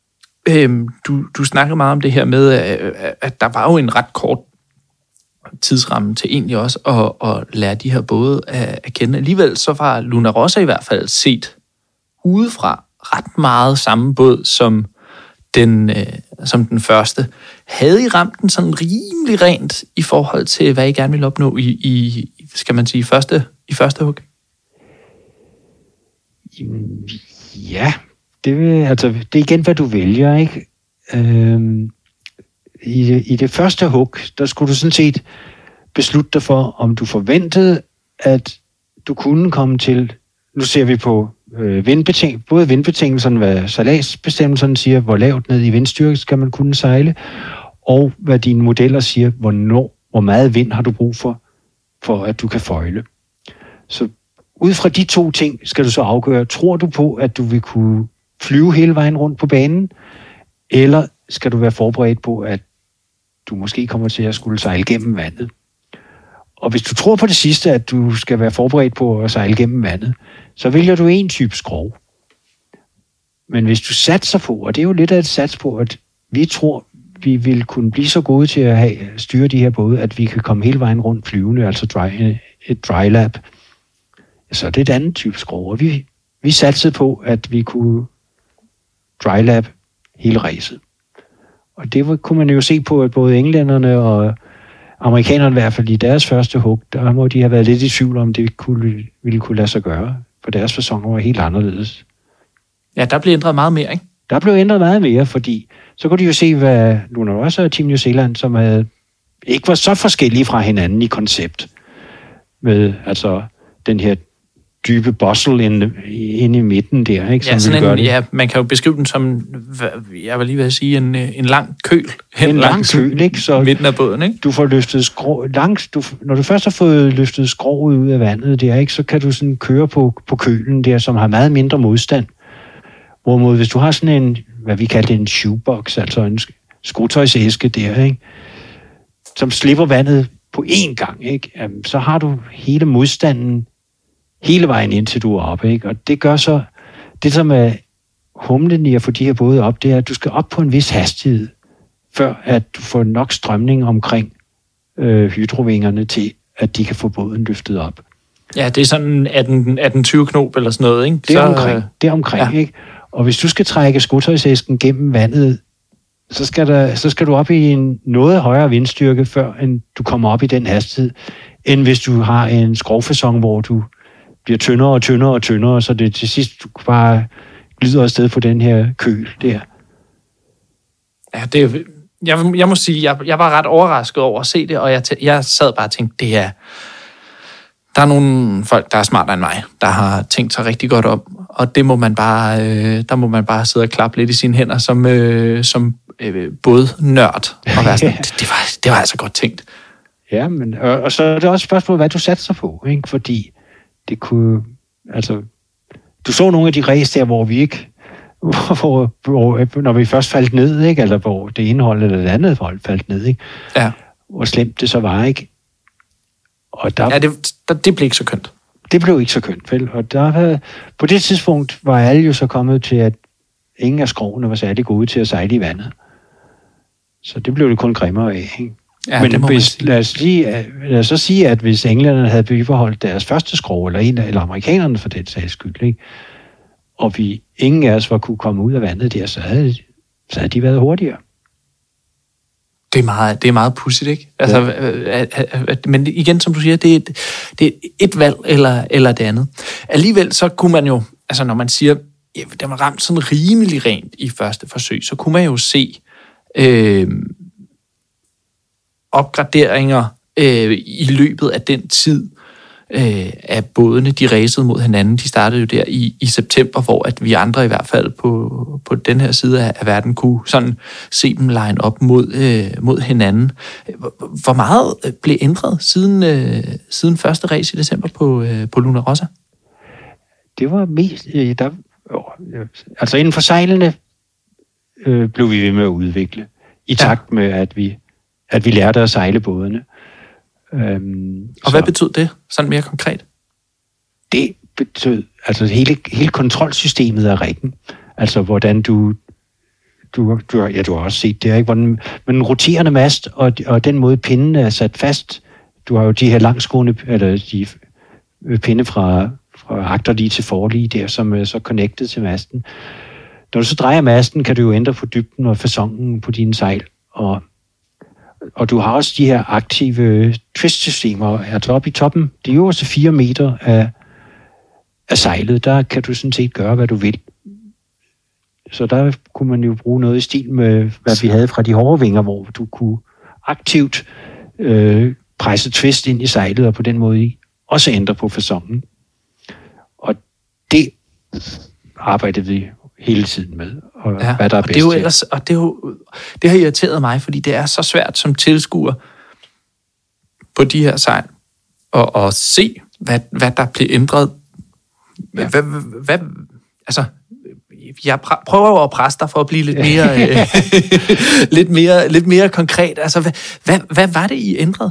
øhm, du, du snakkede meget om det her med, at der var jo en ret kort tidsramme til egentlig også at, at lære de her både at, at kende. Alligevel så var Luna Rossa i hvert fald set udefra ret meget samme båd som den, øh, som den første. Havde I ramt den sådan rimelig rent i forhold til, hvad I gerne ville opnå i, i skal man sige, første, i første hug? Ja, det, altså, det er igen, hvad du vælger, ikke? Øhm, i, det, I det første hug, der skulle du sådan set beslutte dig for, om du forventede, at du kunne komme til, nu ser vi på øh, vindbeting, både vindbetingelserne, hvad sejladsbestemmelserne siger, hvor lavt ned i vindstyrke skal man kunne sejle, og hvad dine modeller siger, hvornår, hvor meget vind har du brug for, for at du kan føjle. Så ud fra de to ting skal du så afgøre, tror du på, at du vil kunne flyve hele vejen rundt på banen, eller skal du være forberedt på, at du måske kommer til at skulle sejle gennem vandet. Og hvis du tror på det sidste, at du skal være forberedt på at sejle gennem vandet, så vælger du en type skrog. Men hvis du satser på, og det er jo lidt af et sats på, at vi tror, vi vil kunne blive så gode til at have, styre de her både, at vi kan komme hele vejen rundt flyvende, altså dry, et dry lab, så det er et andet type skrog. Og vi, vi satsede på, at vi kunne dry lab hele ræset. Og det kunne man jo se på, at både englænderne og amerikanerne i hvert fald i deres første hug, der må de have været lidt i tvivl om, det kunne, ville kunne lade sig gøre, for deres faconer var helt anderledes. Ja, der blev ændret meget mere, ikke? Der blev ændret meget mere, fordi så kunne de jo se, hvad Luna Rossa og Team New Zealand, som havde, ikke var så forskellige fra hinanden i koncept, med altså den her dybe bossel inde, inde i midten der, ikke? Som ja, sådan en, ja, man kan jo beskrive den som, jeg vil lige ved at sige, en, en lang køl. En lang køl, ikke? Så midten af båden, ikke? Du får løftet skrå, langt, du, når du først har fået løftet skroget ud af vandet der, ikke? Så kan du sådan køre på, på kølen der, som har meget mindre modstand. Hvorimod, hvis du har sådan en, hvad vi kalder en shoebox, altså en skotøjsæske der, ikke? Som slipper vandet på én gang, ikke? Jamen, så har du hele modstanden hele vejen indtil du er oppe, ikke? Og det gør så, det som er humlen i at få de her både op, det er, at du skal op på en vis hastighed, før at du får nok strømning omkring øh, hydrovingerne til, at de kan få båden løftet op. Ja, det er sådan atten til tyve knop eller sådan noget, ikke? Det er omkring, det er omkring ja. Ikke? Og hvis du skal trække skotøjsæsken gennem vandet, så skal, der, så skal du op i en noget højere vindstyrke, før end du kommer op i den hastighed, end hvis du har en skrovfæson, hvor du bliver tyndere og tyndere og tyndere, så det til sidst du bare glider afsted på den her køl der. Ja, det er, jeg, jeg må sige, jeg, jeg var ret overrasket over at se det, og jeg, jeg sad bare og tænkte, det er, der er nogle folk, der er smartere end mig, der har tænkt sig rigtig godt om, og det må man bare, øh, der må man bare sidde og klappe lidt i sine hænder, som, øh, som øh, både nørd og være sådan, det, det, var, det var altså godt tænkt. Ja, men, og, og så er det også et spørgsmål, hvad du satser på, ikke? Fordi det kunne, altså, du så nogle af de race der, hvor vi ikke, hvor, hvor, når vi først faldt ned, ikke? Eller hvor det ene hold eller det andet hold faldt ned, ikke? Ja. Hvor slemt det så var, ikke? Og der, ja, det, der, det blev ikke så kønt. Det blev ikke så kønt, vel? Og der, på det tidspunkt var alle jo så kommet til, at ingen af skrovene var særlig gode til at sejle i vandet. Så det blev det kun grimmere af, ikke? Ja, men hvis, lad, os lige, lad os så sige, at hvis englænderne havde bibeholdt deres første skrog, eller, en, eller amerikanerne for den sags skyld, ikke? Og vi ingen af os var kunne komme ud af vandet der, så havde, så havde de været hurtigere. Det er meget, det er meget pudsigt, ikke? Altså, ja. Men igen, som du siger, det er et, det er et valg eller, eller det andet. Alligevel så kunne man jo, altså når man siger, ja, det var ramt sådan rimelig rent i første forsøg, så kunne man jo se øh, opgraderinger øh, i løbet af den tid, øh, af bådene, de racede mod hinanden. De startede jo der i, i september, hvor at vi andre i hvert fald på, på den her side af, af verden kunne sådan se dem line op mod, øh, mod hinanden. Hvor meget blev ændret siden, øh, siden første race i december på, øh, på Luna Rossa? Det var mest... Øh, der, øh, altså inden for sejlene øh, blev vi ved med at udvikle, i takt ja. med, at vi, at vi lærte at sejle bådene. Øhm, og hvad så, betød det, sådan mere konkret? Det betød, altså hele, hele kontrolsystemet af riggen, altså hvordan du, du, du, ja, du har også set det, ikke? Hvordan, men den roterende mast, og, og den måde pinden er sat fast, du har jo de her langsgående, eller de pinde fra, fra agter lige til forlige der, som er så connected til masten. Når du så drejer masten, kan du jo ændre på dybden og faconen på dine sejl, og Og du har også de her aktive twist-systemer. Altså oppe i toppen, de øverste fire meter af, af sejlet, der kan du sådan set gøre, hvad du vil. Så der kunne man jo bruge noget i stil med, hvad vi havde fra de hårde vinger, hvor du kunne aktivt øh, presse twist ind i sejlet, og på den måde også ændre på faconen. Og det arbejdede vi hele tiden med, og ja, hvad der er bedst. Det er jo ellers, og det, er jo, det har irriteret mig, fordi det er så svært som tilskuer på de her sejl, og, og se, hvad, hvad der bliver ændret. Ja. Hvad, hvad, altså, jeg prøver jo at presse dig for at blive lidt mere, øh, lidt mere, lidt mere konkret. Altså, hvad, hvad, hvad var det, I ændrede?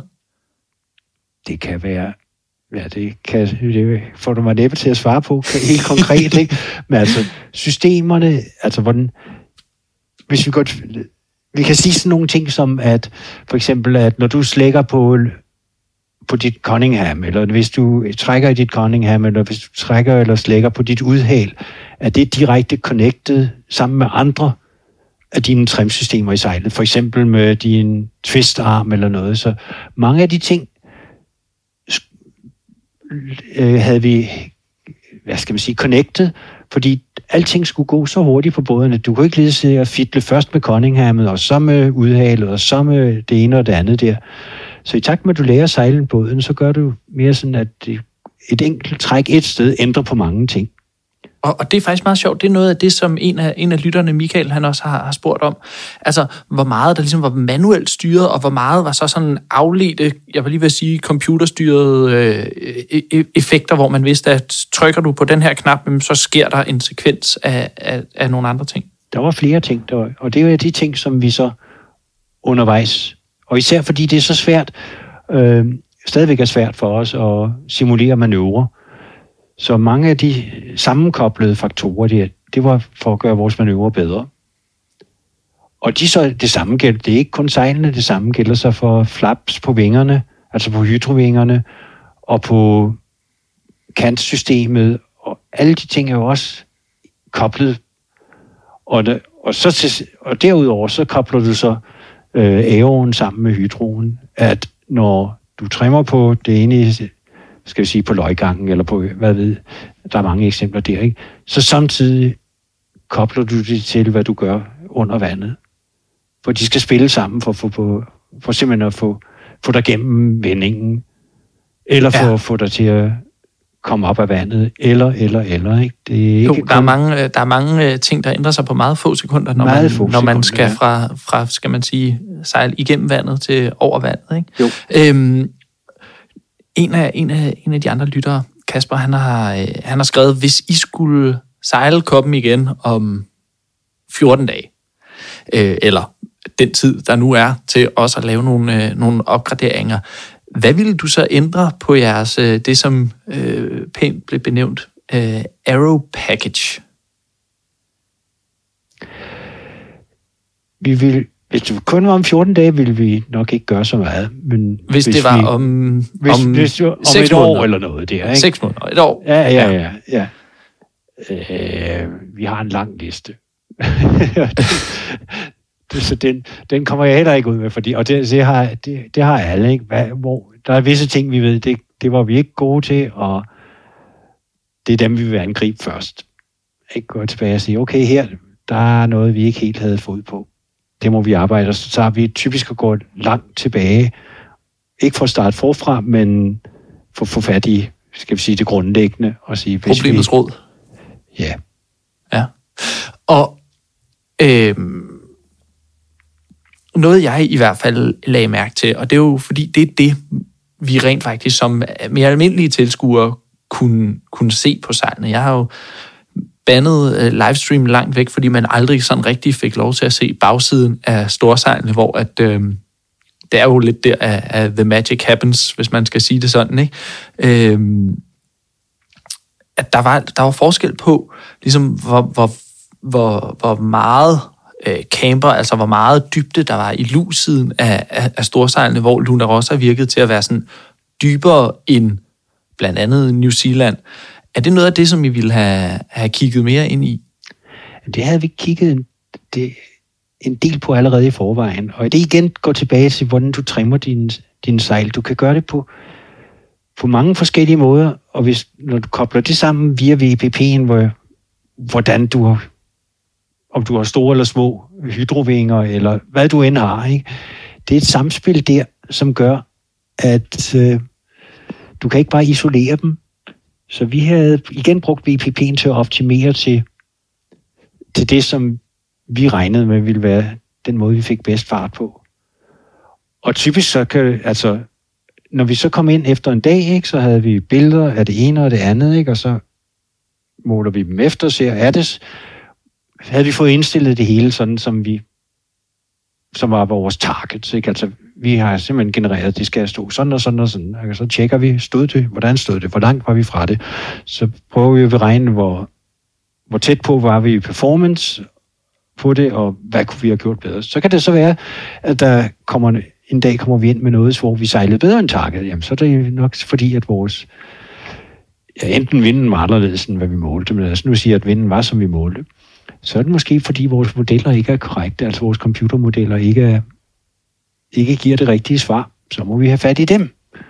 Det kan være... Ja, det, kan, det får du mig næppe til at svare på helt konkret, ikke? Men altså, systemerne, altså hvordan... Hvis vi godt... Vi kan sige sådan nogle ting som, at for eksempel, at når du slækker på, på dit Cunningham, eller hvis du trækker i dit Cunningham, eller hvis du trækker eller slækker på dit udhæl, at det er direkte connected sammen med andre af dine trimsystemer i sejlet. For eksempel med din twistarm eller noget. Så mange af de ting havde vi, hvad skal man sige, connected, fordi alting skulle gå så hurtigt på bådene. Du kunne ikke lige sidde og fidle først med Cunninghammet, og så med udhalet, og så med det ene og det andet der. Så i takt med, at du lærer at sejle båden, så gør du mere sådan, at et enkelt træk et sted ændrer på mange ting. Og, og det er faktisk meget sjovt. Det er noget af det, som en af, en af lytterne, Michael, han også har, har spurgt om. Altså, hvor meget der ligesom var manuelt styret, og hvor meget var så sådan afledte, jeg vil lige vil sige, computerstyrede øh, effekter, hvor man vidste, at trykker du på den her knap, så sker der en sekvens af, af, af nogle andre ting. Der var flere ting, der var, og det var de ting, som vi så undervejs, og især fordi det er så svært, øh, stadigvæk er svært for os at simulere manøvrer. Så mange af de sammenkoblede faktorer, det, det var for at gøre vores manøvrer bedre. Og de så det samme gælder, det er ikke kun sejlene, det samme gælder så for flaps på vingerne, altså på hydrovingerne, og på kantsystemet, og alle de ting er jo også koblet. Og, det, og, så til, og derudover så kobler du så øh, aeroen sammen med hydroen, at når du trimmer på det ene, skal vi sige på løggangen, eller på, hvad ved, der er mange eksempler der, ikke? Så samtidig kobler du det til, hvad du gør under vandet. For de skal spille sammen for, for, for, for simpelthen at få, få dig gennem vendingen, eller for ja. at få dig til at komme op af vandet, eller, eller, eller, ikke? Det er ikke jo, kun... der, er mange, der er mange ting, der ændrer sig på meget få sekunder, når, meget man, få når man skal ja. fra, fra, skal man sige, sejle igennem vandet til over vandet, ikke? Jo. Øhm, En af, en, af, en af de andre lyttere, Kasper, han har, han har skrevet, hvis I skulle sejle Koppen igen om fjorten dage, øh, eller den tid, der nu er til også at lave nogle, øh, nogle opgraderinger, hvad ville du så ændre på jeres, øh, det som øh, pænt blev benævnt, øh, Aero Package? Vi vil... Hvis det kun var om fjorten dage, ville vi nok ikke gøre så meget. Men hvis, hvis det var vi, om, hvis, om, hvis det var om seks et år måneder. Eller noget der, ikke? Seks måneder, et år. Ja, ja, ja. ja. Øh, vi har en lang liste. det, så den, den kommer jeg heller ikke ud med, fordi, og det, det, har, det, det har alle, ikke? Hvad, hvor, der er visse ting, vi ved, det, det var vi ikke gode til, og det er dem, vi vil angribe først. Ikke gå tilbage og sige, okay, her, der er noget, vi ikke helt havde fod på. Det må vi arbejde, og så tager vi typisk at gå langt tilbage. Ikke for at starte forfra, men for at få fat i, skal vi sige, det grundlæggende. Og sige, hvis Problemets vi... råd. Ja. Ja. Og øhm, noget, jeg i hvert fald lagde mærke til, og det er jo fordi, det er det, vi rent faktisk som mere almindelige tilskuere kunne, kunne se på sejlene. Jeg har jo bandet uh, livestream langt væk, fordi man aldrig sådan rigtig fik lov til at se bagsiden af storsejlene, hvor at, øh, det er jo lidt der, at, at the magic happens, hvis man skal sige det sådan, ikke? Øh, at der var, der var forskel på, ligesom hvor, hvor, hvor, hvor meget øh, camper, altså hvor meget dybde der var i lugsiden af, af, af storsejlene, hvor Luna Rossa virkede til at være sådan dybere end blandt andet New Zealand. Er det noget af det, som I ville have, have kigget mere ind i? Det havde vi kigget en, det, en del på allerede i forvejen. Og det igen går tilbage til, hvordan du trimmer din, din sejl. Du kan gøre det på, på mange forskellige måder, og hvis, når du kobler det sammen via V P P'en, hvor, hvordan du har, om du har store eller små hydrovinger, eller hvad du end har, ikke? Det er et samspil der, som gør, at øh, du kan ikke bare isolere dem. Så vi havde igen brugt V P P'en til at optimere til, til det, som vi regnede med ville være den måde, vi fik bedst fart på. Og typisk så kan, altså, når vi så kom ind efter en dag, ikke, så havde vi billeder af det ene og det andet, ikke, og så måler vi dem efter og ser, er det, havde vi fået indstillet det hele sådan, som vi, som var vores targets, ikke? Altså, vi har simpelthen genereret, at det skal stå sådan og sådan og sådan, og så tjekker vi, stod det, hvordan stod det, hvor langt var vi fra det. Så prøver vi at beregne, hvor, hvor tæt på var vi i performance på det, og hvad kunne vi have gjort bedre. Så kan det så være, at der kommer en dag kommer vi ind med noget, hvor vi sejlede bedre end target. Jamen, så er det nok fordi, at vores ja, enten vinden var anderledes, end hvad vi målte, men altså nu siger, at vinden var, som vi målte. Så er det måske, fordi vores modeller ikke er korrekte, altså vores computermodeller ikke, er, ikke giver det rigtige svar. Så må vi have fat i dem.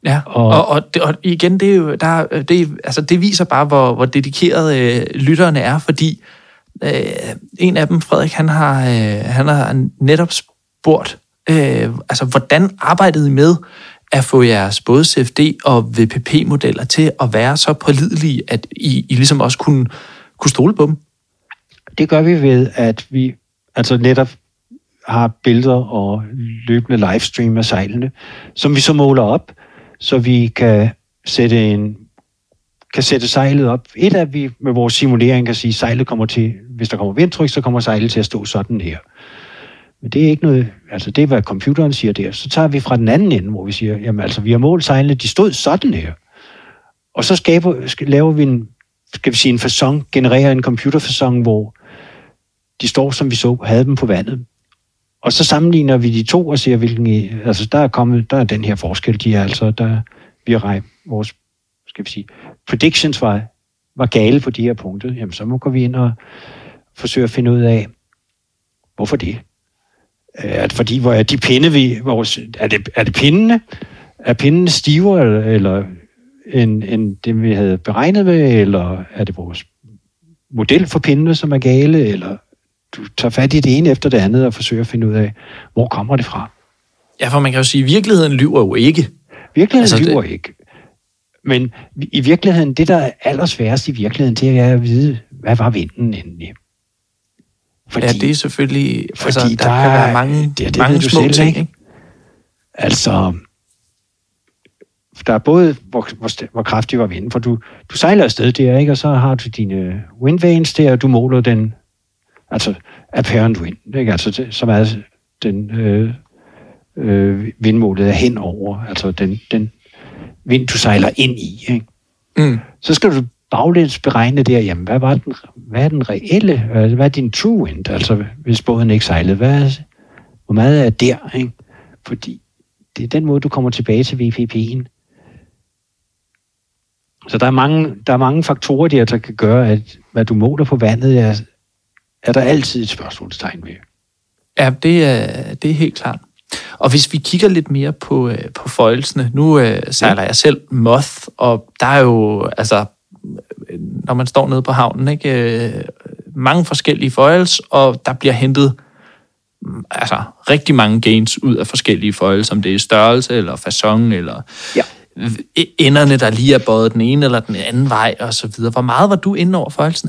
Ja, og, og, og, det, og igen, det, er jo, der, det, altså, det viser bare, hvor, hvor dedikerede øh, lytterne er, fordi øh, en af dem, Frederik, han har, øh, han har netop spurgt, øh, altså, hvordan arbejdede I med at få jeres både C F D og V P P-modeller til at være så pålidelige, at I, I ligesom også kunne, kunne stole på dem? Det gør vi ved, at vi altså netop har billeder og løbende livestream af sejlene, som vi så måler op, så vi kan sætte en kan sætte sejlet op. Et af vi med vores simulering kan sige, at sejlet kommer til, hvis der kommer vindtryk, så kommer sejlet til at stå sådan her. Men det er ikke noget, altså det er, hvad computeren siger der. Så tager vi fra den anden ende, hvor vi siger, jamen altså, vi har målt sejlene, de stod sådan her. Og så skaber, laver vi en, skal vi sige, en facon, genererer en computerfacon, hvor de står, som vi så, havde dem på vandet. Og så sammenligner vi de to og siger, hvilken, altså der er kommet, der er den her forskel, de er altså, der vi har vores, skal vi sige, predictions var, var gale på de her punkter. Jamen, så må vi ind og forsøge at finde ud af, hvorfor det? At fordi, hvor er de pinde, vi, vores, er det, er det pindene? Er pindene stivere, eller, eller end, end det, vi havde beregnet med, eller er det vores model for pindene, som er gale, eller du tager fat i det ene efter det andet og forsøger at finde ud af, hvor kommer det fra? Ja, for man kan jo sige, at virkeligheden lyver jo ikke. Virkeligheden altså, lyver det... ikke. Men i virkeligheden, det der er allersværest i virkeligheden, det er at vide, hvad var vinden endelig? Fordi, ja, det er selvfølgelig... Fordi altså, der, der kan være mange, det, det mange små selv, ting, ikke? Altså, der er både, hvor, hvor, hvor kraftig var vinden, for du, du sejler afsted der, ikke? Og så har du dine windvanes der, og du måler den, altså apparent wind, ikke? Altså, det, som er den øh, øh, vindmålet er henover, altså den, den vind, du sejler ind i, ikke? Mm. Så skal du baglæns beregne der, jamen, hvad var den, hvad er den reelle, hvad er din true wind, altså hvis båden ikke sejlede, hvad er, hvor meget er der, ikke? Fordi det er den måde, du kommer tilbage til V P P'en. Så der er mange, der er mange faktorer der, der kan gøre, at hvad du måler på vandet, er, er der altid et spørgsmålstegn med. Ja, det er, det er helt klart. Og hvis vi kigger lidt mere på, på føjelsene, nu øh, sejler ja. jeg selv Moth, og der er jo, altså, når man står nede på havnen, ikke, øh, mange forskellige foils, og der bliver hentet altså, rigtig mange gains ud af forskellige foils, om det er størrelse, eller facon, eller ja. enderne, der lige er både den ene eller den anden vej, og så videre. Hvor meget var du inde over foilsene?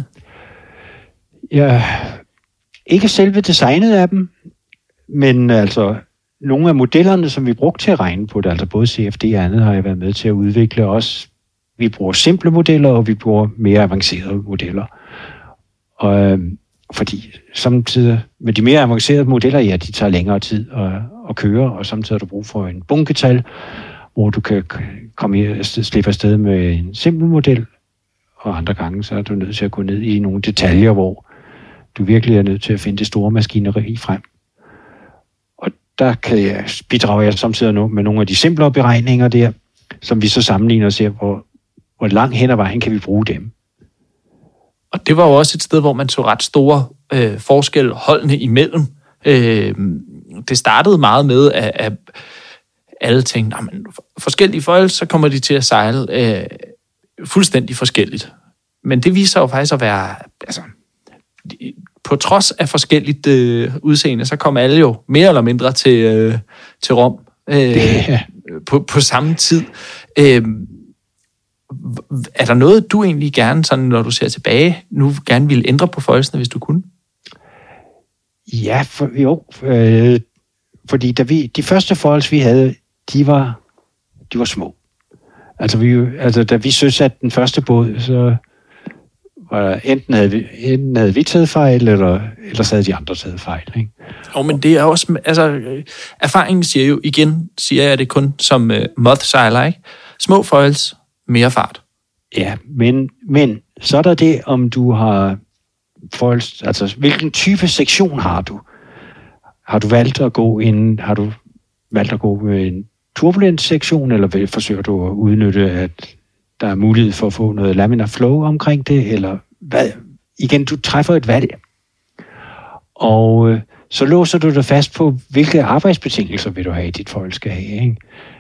Ja, ikke selve designet af dem, men altså nogle af modellerne, som vi brugte til at regne på det, altså både C F D og andet, har jeg været med til at udvikle også. Vi bruger simple modeller, og vi bruger mere avancerede modeller. Og, øh, fordi samtidig med de mere avancerede modeller, ja, de tager længere tid at, at køre, og samtidig har du brug for en bunketal, hvor du kan komme slippe afsted med en simpel model, og andre gange så er du nødt til at gå ned i nogle detaljer, hvor du virkelig er nødt til at finde det store maskineri frem. Og der kan jeg, bidrager jeg samtidig med nogle af de simplere beregninger der, som vi så sammenligner og ser, hvor, hvor langt hen ad vejen kan vi bruge dem. Og det var jo også et sted, hvor man så ret store øh, forskel holdene imellem. Øh, det startede meget med, at, at alle tænkte, at forskellige foils, så kommer de til at sejle øh, fuldstændig forskelligt. Men det viser jo faktisk at være, altså, på trods af forskelligt øh, udseende, så kom alle jo mere eller mindre til, øh, til Rom øh, yeah. på, på samme tid. Øh, er der noget, du egentlig gerne, sådan, når du ser tilbage, nu gerne ville ændre på foilsene, hvis du kunne? Ja, for, jo. Øh, fordi da vi, de første foils, vi havde, de var, de var små. Altså, vi, altså, da vi søsatte den første båd, så var der, enten havde vi, enten havde vi taget fejl, eller ellers havde de andre taget fejl. Ikke? Jo, men det er også, altså, erfaringen siger jo, igen siger jeg det kun som uh, moth-sejler, ikke? Små foils, mere fart. Ja, men, men så er der det, om du har foils, altså hvilken type sektion har du? Har du valgt at gå ind, har du valgt at gå med en turbulent sektion, eller forsøger du at udnytte, at der er mulighed for at få noget laminar flow omkring det, eller hvad? Igen, du træffer et valg. Og øh, så låser du dig fast på, hvilke arbejdsbetingelser vil du have, dit foil skal have, ikke?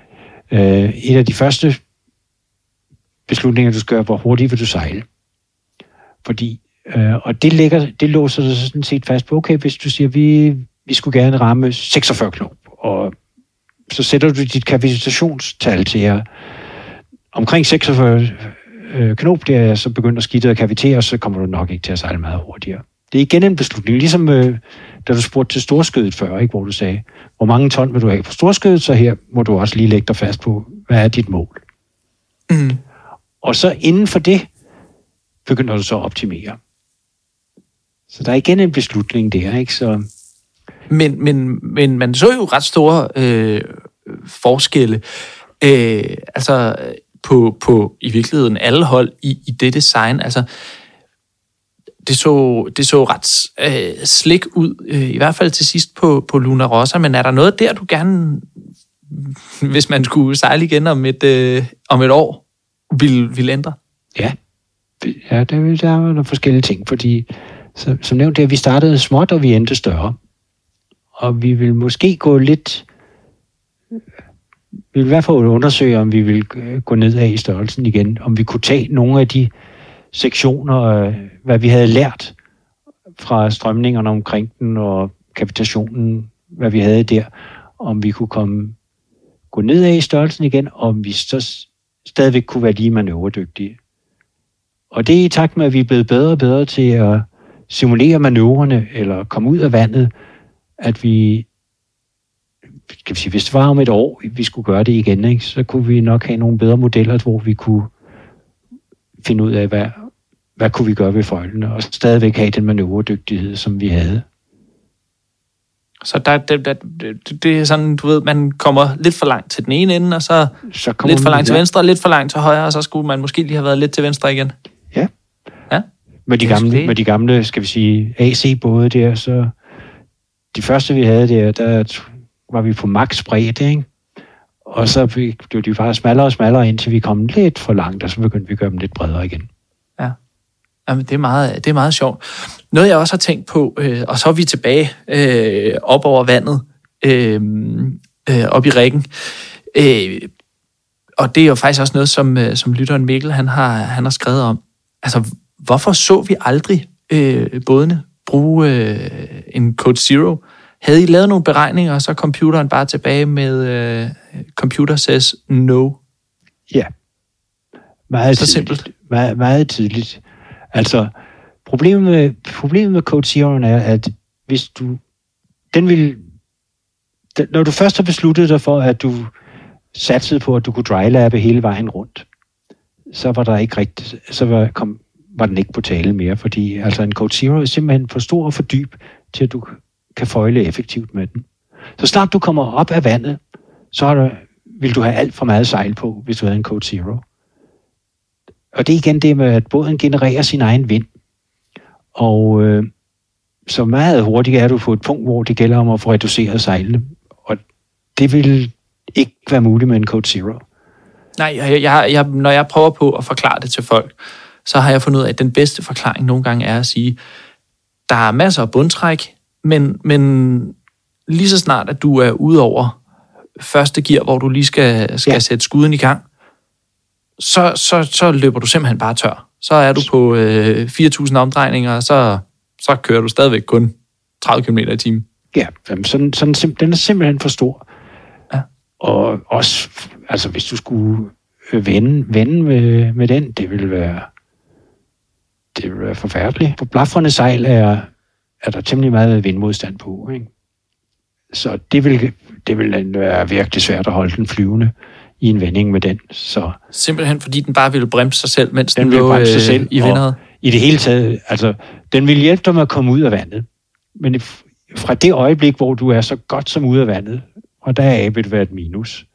øh, et af de første beslutninger, du skal gøre, hvor hurtigt vil du sejle. Fordi, øh, og det, ligger, det låser dig sådan set fast på, okay, hvis du siger, vi, vi skulle gerne ramme seksogfyrre knop, og så sætter du dit kavitationstal til at omkring seksogfyrre øh, knop, det er så begyndt at skidte og kavitere, så kommer du nok ikke til at sejle meget hurtigere. Det er igen en beslutning, ligesom øh, da du spurgte til storskødet før, ikke, hvor du sagde, hvor mange ton vil du have på storskødet, så her må du også lige lægge dig fast på, hvad er dit mål. Mm. Og så inden for det, begynder du så at optimere. Så der er igen en beslutning der, ikke? Så... Men, men, men man så jo ret store øh, forskelle, øh, altså på, på i virkeligheden alle hold i, i det design. Altså, det så, det så ret øh, slik ud, øh, i hvert fald til sidst på, på Luna Rossa, men er der noget der, du gerne, hvis man skulle sejle igen om et, øh, om et år, ville, ville ændre? Ja, ja der, der er nogle forskellige ting, fordi så, som nævnt, det, vi startede småt, og vi endte større. Og vi vil måske gå lidt... Vi vil i hvert fald undersøge, om vi vil gå ned af i størrelsen igen. Om vi kunne tage nogle af de sektioner, hvad vi havde lært fra strømningerne omkring den og kapitationen, hvad vi havde der. Om vi kunne komme gå ned af i størrelsen igen, og om vi så stadigvæk kunne være lige manøvredygtige. Og det er i takt med, at vi er blevet bedre og bedre til at simulere manøvrerne, eller komme ud af vandet, at vi, kan vi sige, hvis det var om et år, vi skulle gøre det igen, ikke, så kunne vi nok have nogle bedre modeller, hvor vi kunne finde ud af, hvad, hvad kunne vi gøre ved fejlene, og stadigvæk have den manøvredygtighed, som vi havde. Så der, det, det, det er sådan, du ved, man kommer lidt for langt til den ene ende, og så, så lidt for langt til venstre, og lidt for langt til højre, og så skulle man måske lige have været lidt til venstre igen. Ja. Ja. Med de gamle, med de gamle, skal vi sige, A C-både der, så de første, vi havde der, der var vi på max bredde, ikke? Og så blev de bare smallere og smallere, indtil vi kom lidt for langt, og så begyndte vi at gøre dem lidt bredere igen. Ja. Jamen, det er meget, det er meget sjovt. Noget, jeg også har tænkt på, øh, og så er vi tilbage øh, op over vandet, øh, øh, op i riggen. Øh, og det er jo faktisk også noget, som, øh, som lytteren Mikkel, han har, han har skrevet om. Altså, hvorfor så vi aldrig øh, bådene bruge øh, en Code Zero? Havde I lavet nogle beregninger, og så er computeren bare tilbage med øh, computer says no? Ja. Meget så tidligt. simpelt. Meget, meget tidligt. Altså, problemet med, problemet med Code Zero er, at hvis du... Den vil... Den, når du først har besluttet dig for, at du satsede på, at du kunne drylappe hele vejen rundt, så var der ikke rigtigt... Så var, kom, var den ikke på tale mere, fordi altså en Code Zero er simpelthen for stor og for dyb, til at du kan føjle effektivt med den. Så snart du kommer op af vandet, så har du, vil du have alt for meget sejl på, hvis du havde en Code Zero. Og det er igen det med, at båden genererer sin egen vind. Og øh, så meget hurtigt er du på et punkt, hvor det gælder om at få reduceret sejlene. Og det vil ikke være muligt med en Code Zero. Nej, jeg, jeg, jeg, når jeg prøver på at forklare det til folk, så har jeg fundet ud af, at den bedste forklaring nogle gange er at sige, der er masser af bundtræk, men, men lige så snart, at du er ude over første gear, hvor du lige skal, skal ja. sætte skuden i gang, så, så, så løber du simpelthen bare tør. Så er du på øh, fire tusind omdrejninger, og så, så kører du stadigvæk kun tredive kilometer i timen. Ja, sådan, sådan, den er simpelthen for stor. Ja. Og også, altså hvis du skulle vende, vende med, med den, det ville være, det ville være forfærdeligt. På blafrende sejl er, er der temmelig meget vindmodstand på, ikke? Så det vil, det vil være virkelig svært at holde den flyvende i en vending med den. Så simpelthen fordi den bare ville bremse sig selv, mens den, den lå øh, sig selv, i vinderet? I det hele taget, altså, den vil hjælpe dig med at komme ud af vandet. Men fra det øjeblik, hvor du er så godt som ude af vandet, og deraf vil det være et minus.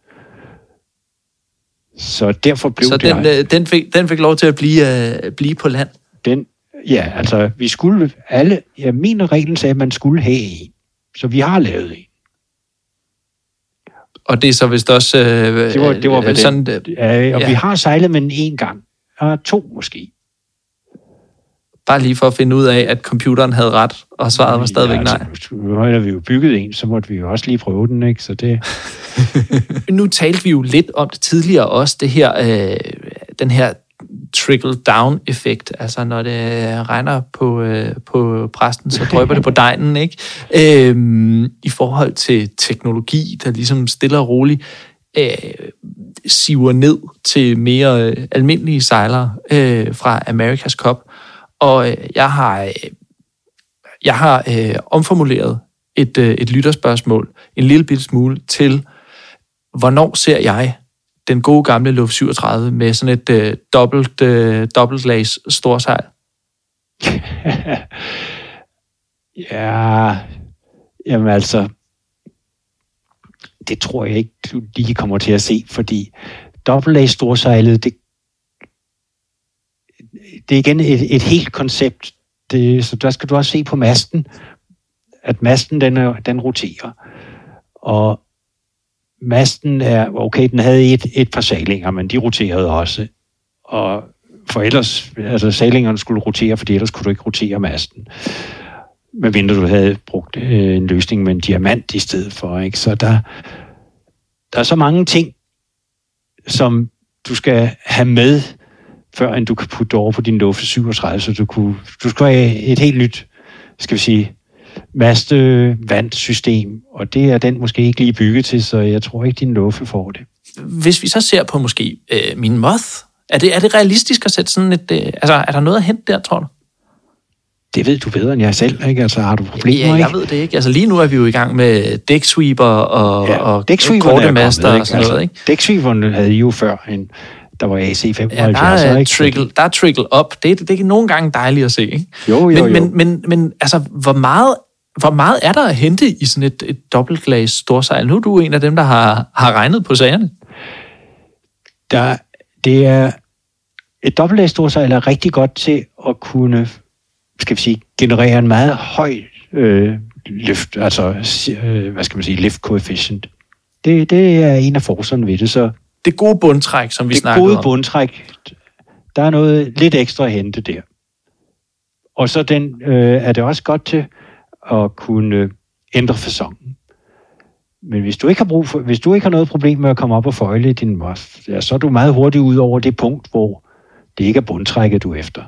Så derfor blev så det... Så den, den, fik, den fik lov til at blive, uh, blive på land? Den, ja, altså, vi skulle alle... Jeg mener, reglen sagde, at man skulle have en. Så vi har lavet en. Og det er så vist også... Øh, det var, det var sådan, den, øh, og ja. Vi har sejlet med den en gang. Og to måske. Bare lige for at finde ud af, at computeren havde ret, og svaret var stadigvæk ja, nej. Altså, nu har vi jo bygget en, så måtte vi jo også lige prøve den, ikke? Så det... Nu talte vi jo lidt om det tidligere også, det her, øh, den her trickle-down-effekt. Altså, når det regner på, øh, på præsten, så drypper det på degnen, ikke? Øh, I forhold til teknologi, der ligesom stille og roligt øh, siver ned til mere øh, almindelige sejlere øh, fra America's Cup. Og øh, jeg har, øh, jeg har øh, omformuleret et, øh, et lytterspørgsmål en lille bitte smule til, hvornår ser jeg den gode gamle Luft syvogtredive med sådan et øh, dobbelt, øh, dobbeltlags storsejl? Ja, jamen altså, det tror jeg ikke, du lige kommer til at se, fordi dobbeltlags storsejlet, det, det er igen et, et helt koncept. Det, så der skal du også se på masten, at masten den, er, den roterer. Og masten er, okay, den havde et, et par sejlinger, men de roterede også. Og for ellers, altså sejlingerne skulle rotere, fordi ellers kunne du ikke rotere masten. Medmindre du havde brugt øh, en løsning med en diamant i stedet for, ikke? Så der, der er så mange ting, som du skal have med, før end du kan putte over på din Luft syvogtredive, så du kunne, du skal have et helt nyt, skal vi sige, maste-vandsystem, og det er den måske ikke lige bygget til, så jeg tror ikke, din Luft får det. Hvis vi så ser på måske øh, min Moth, er det, er det realistisk at sætte sådan et... Øh, altså, er der noget at hente der, tror du? Det ved du bedre end jeg selv, ikke? Altså, har du problemer, ja, ikke? jeg ved det ikke. Altså, lige nu er vi jo i gang med dæksweeper og, ja, og korte master og sådan noget, ikke? Dæksweeperne havde I jo før, en, der var A C femoghalvfjerds. Ja, der er, trickle, der er trickle up. Det, det, det er nogle gange dejligt at se, ikke? Jo, jo, men, jo. Men, men, men altså, hvor meget, hvor meget er der at hente i sådan et, et dobbeltglas storsejl? Nu er du en af dem, der har, har regnet på sagerne. Der, det er... Et dobbeltglas storsejl er rigtig godt til at kunne, skal vi sige, generere en meget høj øh, lift, altså, øh, hvad skal man sige, lift coefficient. Det, det er en af forserne ved det, så... Det gode bundtræk, som vi snakkede om. Det gode bundtræk, der er noget lidt ekstra at hente der. Og så den, øh, er det også godt til at kunne ændre faconen. Men hvis du ikke har brug for, hvis du ikke har noget problem med at komme op og føjle i din Moth, ja, så er du meget hurtigt ud over det punkt, hvor det ikke er bundtrækket, du er efter.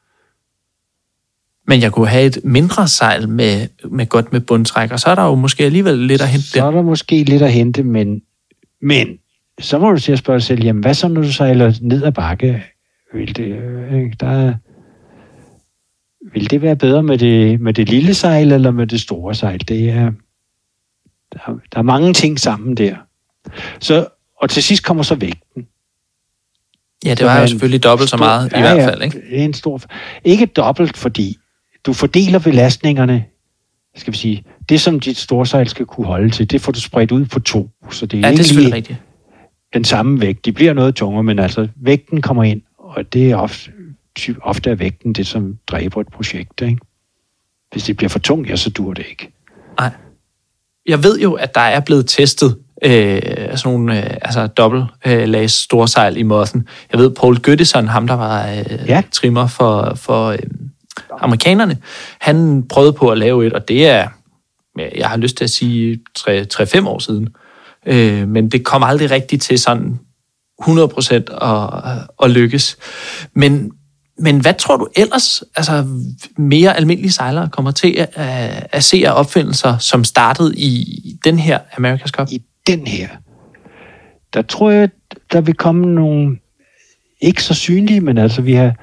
Men jeg kunne have et mindre sejl med, med godt med bundtræk, og så er der jo måske alligevel lidt at hente der. Så er der måske lidt at hente, men, men så må du til at spørge dig selv, jamen hvad så, når du sejler ned ad bakke? Vil det, øh, der, vil det være bedre med det, med det lille sejl, eller med det store sejl? Det er, der, der er mange ting sammen der. Så, og til sidst kommer så vægten. Ja, det var jo selvfølgelig dobbelt så meget, stor, i hvert fald, ikke? Ja, en stor... Ikke dobbelt, fordi du fordeler belastningerne, skal vi sige, det som dit storsejl skal kunne holde til, det får du spredt ud på to. Så det er, ja, ikke det er lige rigtigt. Den samme vægt. De bliver noget tungere, men altså vægten kommer ind, og det er ofte, ofte er vægten det, som dræber et projekt, ikke? Hvis det bliver for tungt, ja, så dur det ikke. Nej. Jeg ved jo, at der er blevet testet Øh, sådan nogle øh, altså dobbelt øh, lags storsejl i Mothen. Jeg ved, Paul Götteson, ham der var øh, ja. trimmer for, for øh, amerikanerne, han prøvede på at lave et, og det er, jeg har lyst til at sige, tre fem år siden. Øh, men det kom aldrig rigtigt til sådan hundrede procent at, at lykkes. Men, men hvad tror du ellers, altså mere almindelige sejlere kommer til at, at se af opfindelser, som startede i den her America's Cup? I den her, der tror jeg, der vil komme nogle, ikke så synlige, men altså vi har,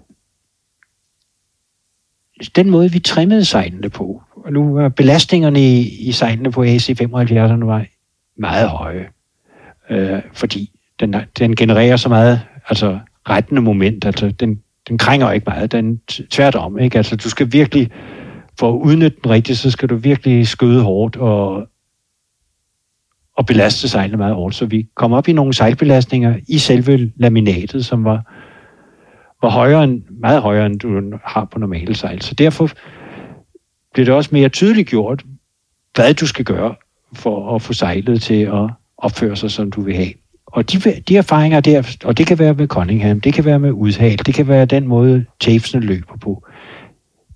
den måde, vi trimmede sejlene på, og nu er belastningerne i, i sejlene på A C femoghalvfjerdserne var meget høje, øh, fordi den, den genererer så meget, altså rettende moment, altså den, den krænger ikke meget, den tværtom, ikke? Altså du skal virkelig, for at udnytte den rigtigt, så skal du virkelig skøde hårdt og og belaste sejlene meget hårdt. Så vi kom op i nogle sejlbelastninger i selve laminatet, som var, var højere end, meget højere, end du har på normale sejl. Så derfor bliver det også mere tydeligt gjort, hvad du skal gøre for at få sejlet til at opføre sig, som du vil have. Og de, de erfaringer der, og det kan være med Cunningham, det kan være med udhal, det kan være den måde, chafesene løber på.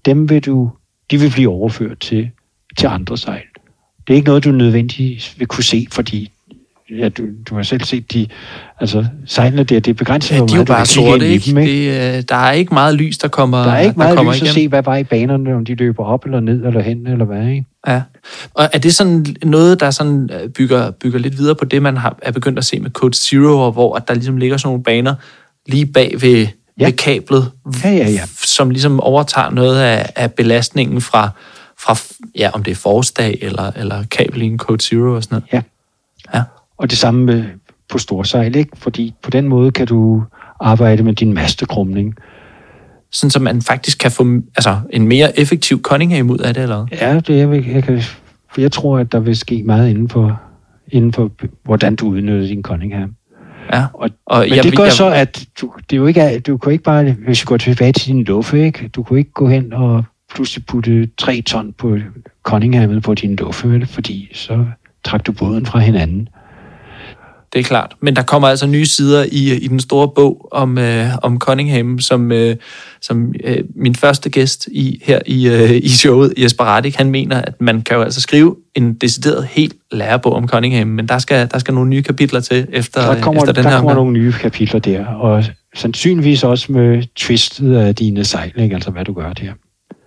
dem vil du, de vil blive overført til, til andre sejl. Det er ikke noget, du nødvendigvis vil kunne se, fordi ja, du, du har selv set de, altså sejlene der, det er begrænset, ja, hvor de er meget jo bare sorte, ikke? Dem, ikke? Det, der er ikke meget lys, der kommer Der er ikke meget lys igennem. at se, hvad var i banerne, om de løber op eller ned eller hen eller hvad, ikke? Ja. Og er det sådan noget, der sådan bygger, bygger lidt videre på det, man har, er begyndt at se med Code Zero, hvor at der ligesom ligger sådan nogle baner lige bag ved, ja. ved kablet, ja, ja, ja. som ligesom overtager noget af, af belastningen fra, fra, ja, om det er forårsdag eller, eller kabel i en Code Zero og sådan noget. Ja. Ja. Og det samme med på storsejl, ikke? Fordi på den måde kan du arbejde med din mastekrumning. Sådan, så man faktisk kan få altså, en mere effektiv Cunningham ud af det, eller hvad? Ja, det er, jeg, kan, jeg tror, at der vil ske meget inden for, inden for hvordan du udnytter din Cunningham. Ja. Og, og men jeg, det gør jeg, så, at du, det er jo ikke, du kan ikke bare, hvis du går tilbage til din luffe, ikke? Du kan ikke gå hen og pludselig putte tre ton på Cunninghamet på din luffe, fordi så trak du båden fra hinanden. Det er klart. Men der kommer altså nye sider i, i den store bog om, øh, om Cunningham, som, øh, som øh, min første gæst i, her i, øh, i showet, Jesper Radik, han mener, at man kan jo altså skrive en decideret helt lærebog om Cunningham, men der skal, der skal nogle nye kapitler til efter, der kommer, efter den der her. Der kommer nogle nye kapitler der, og sandsynligvis også med twistet af dine sejl, ikke? Altså hvad du gør der.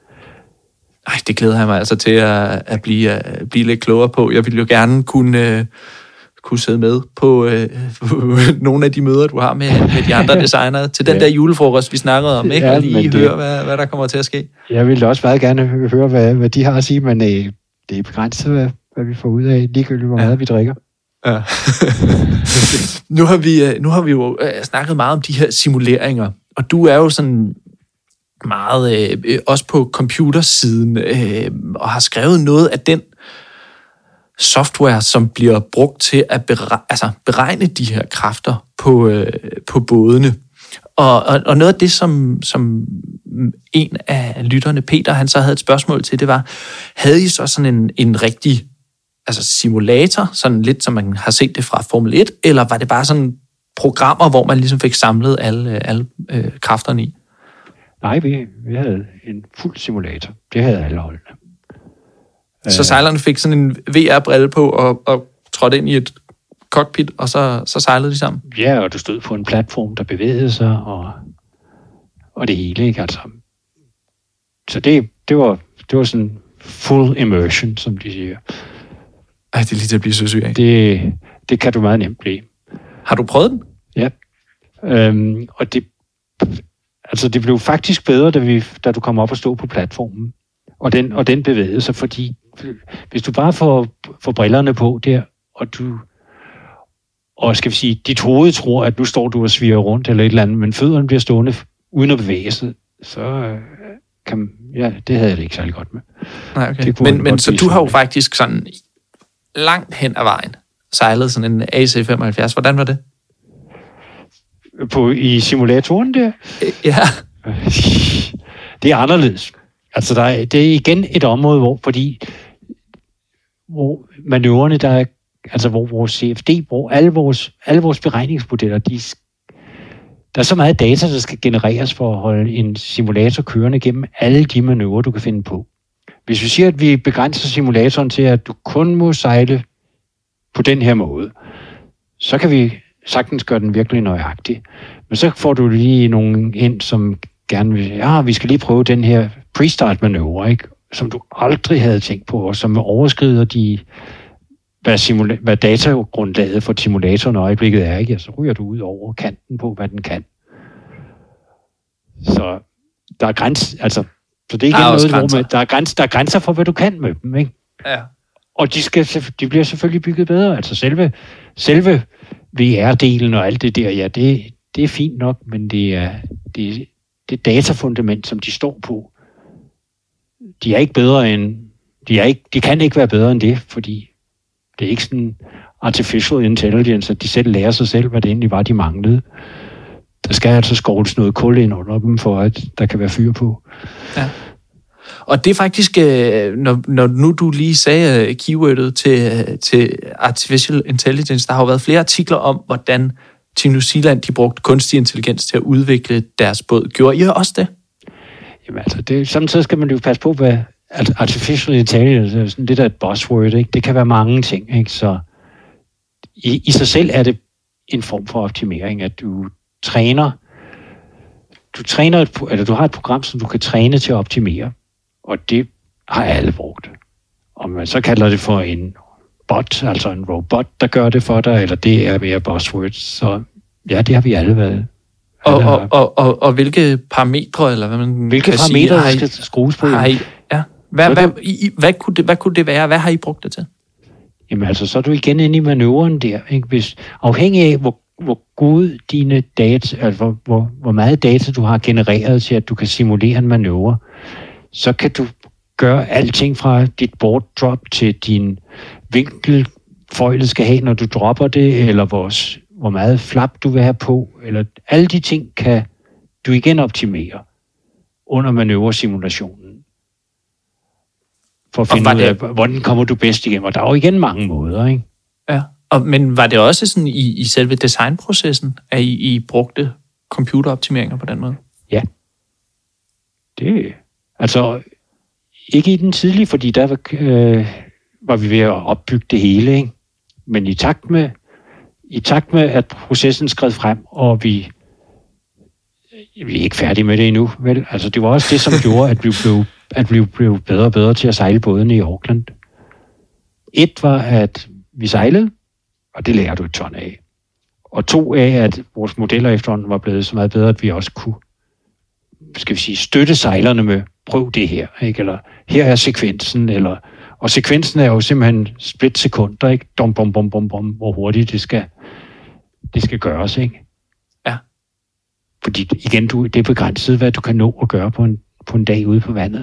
Ej, det glæder jeg mig altså til at, at, blive, at blive lidt klogere på. Jeg vil jo gerne kunne... Øh, kunne sidde med på, øh, på nogle af de møder, du har med, med de andre designere, til den ja. der julefrokost, vi snakkede om, ikke? Ja, og lige det, høre, hvad, hvad der kommer til at ske. Jeg ville også meget gerne høre, hvad, hvad de har at sige, men øh, det er begrænset, hvad, hvad vi får ud af, ligegyldigt, hvor meget ja. vi drikker. Ja. nu, har vi, nu har vi jo øh, snakket meget om de her simuleringer, og du er jo sådan meget, øh, også på computersiden, øh, og har skrevet noget af den software, som bliver brugt til at beregne, altså beregne de her kræfter på, øh, på bådene. Og, og, og noget af det, som, som en af lytterne, Peter, han så havde et spørgsmål til, det var, havde I så sådan en, en rigtig altså simulator, sådan lidt som man har set det fra Formel et, eller var det bare sådan programmer, hvor man ligesom fik samlet alle, alle øh, kræfterne i? Nej, vi, vi havde en fuld simulator. Det havde alle holdene. Så sejlerne fik sådan en V R-brille på og, og trådte ind i et cockpit, og så, så sejlede de sammen? Ja, og du stod på en platform, der bevægede sig, og, og det hele, ikke? Altså, så det, det, var, det var sådan full immersion, som de siger. Ej, det er lige til at blive så syg af. Det, det kan du meget nemt blive. Har du prøvet den? Ja. Øhm, og det, altså det blev faktisk bedre, da, vi, da du kom op og stod på platformen. Og den, og den bevægede sig, fordi hvis du bare får, får brillerne på der, og du, og skal vi sige, dit hoved tror, at nu står du og sviger rundt eller et eller andet, men fødderne bliver stående uden at bevæge sig, så kan, ja, det havde jeg det ikke særlig godt med. Nej, okay. Men, men så du har jo faktisk sådan langt hen ad vejen sejlet sådan en A C femoghalvfjerds. Hvordan var det? På, i simulatoren der? Ja. Det er anderledes. Altså, der er, det er igen et område, hvor, fordi hvor manøvrerne, der er, altså hvor vores C F D, hvor alle vores, alle vores beregningsmodeller, de, der er så meget data, der skal genereres for at holde en simulator kørende gennem alle de manøvrer, du kan finde på. Hvis vi siger, at vi begrænser simulatoren til, at du kun må sejle på den her måde, så kan vi sagtens gøre den virkelig nøjagtig. Men så får du lige nogen ind, som gerne vil, ja, vi skal lige prøve den her pre-start-manøvre, ikke? Som du aldrig havde tænkt på, og som overskrider de, hvad, simula- hvad datagrundlaget for simulatoren i øjeblikket er, ikke? Så ryger du ud over kanten på, hvad den kan. Så der er grænser, altså, så det er ikke noget, hvor man, der, er grænser, der er grænser for, hvad du kan med dem, ikke? Ja. Og de, skal, de bliver selvfølgelig bygget bedre, altså selve, selve V R-delen og alt det der, ja, det, det er fint nok, men det er, det, det datafundament, som de står på, de er ikke bedre end, de, er ikke, de kan ikke være bedre end det, fordi det er ikke sådan artificial intelligence, at de selv lærer sig selv, hvad det egentlig var, de manglede. Der skal altså skovles noget kul ind under dem, for at der kan være fyr på. Ja. Og det er faktisk, når, når nu du lige sagde keywordet til, til artificial intelligence, der har jo været flere artikler om, hvordan Team New Zealand de brugte kunstig intelligens til at udvikle deres båd. Gjorde I også det? Jamen altså, det, samtidig skal man jo passe på, hvad altså artificial intelligence er sådan lidt af et buzzword, ikke? Det kan være mange ting, ikke? Så i, i sig selv er det en form for optimering, at du træner, du træner et, eller du har et program, som du kan træne til at optimere, og det har alle brugt. Om man så kalder det for en bot, altså en robot, der gør det for dig, eller det er mere buzzword, så ja, det har vi alle været. Og, og, og, og, og hvilke parametre, eller hvad man hvilke kan parametre sige, skal skrues på? Har I, ja. Hvad, hvad, I, hvad, kunne det, hvad kunne det være? Hvad har I brugt det til? Jamen altså, så er du igen inde i manøvren der, ikke? Hvis, afhængig af, hvor, hvor god dine data, altså hvor, hvor, hvor meget data du har genereret til, at du kan simulere en manøvre, så kan du gøre alting fra dit board drop til din vinkel, føjlet skal have, når du dropper det, eller hvor, hvor meget flap du vil have på, eller alle de ting kan du igen optimere under manøvresimulationen. For at finde ud af, hvordan kommer du bedst igennem. Og der er jo igen mange måder, ikke? Ja, og, men var det også sådan i, i selve designprocessen, at I, I brugte computeroptimeringer på den måde? Ja. Det altså ikke i den tidlige, fordi der var, øh, var vi ved at opbygge det hele, ikke? Men i takt med, i takt med, at processen skred frem, og vi, vi er ikke færdige med det endnu, vel? Altså det var også det, som gjorde, at vi blev at vi blev bedre og bedre til at sejle bådene i Auckland. Et var, at vi sejlede, og det lærer du et ton af. Og to af, at vores modeller efterhånden var blevet så meget bedre, at vi også kunne, skal vi sige, støtte sejlerne med, prøv det her, ikke? Eller her er sekvensen, eller, og sekvensen er jo simpelthen split sekunder, ikke? Dum, bum, bum, bum, bum, hvor hurtigt det skal, det skal gøres, ikke? Ja. Fordi igen, du, det er begrænset, hvad du kan nå at gøre på en, på en dag ude på vandet.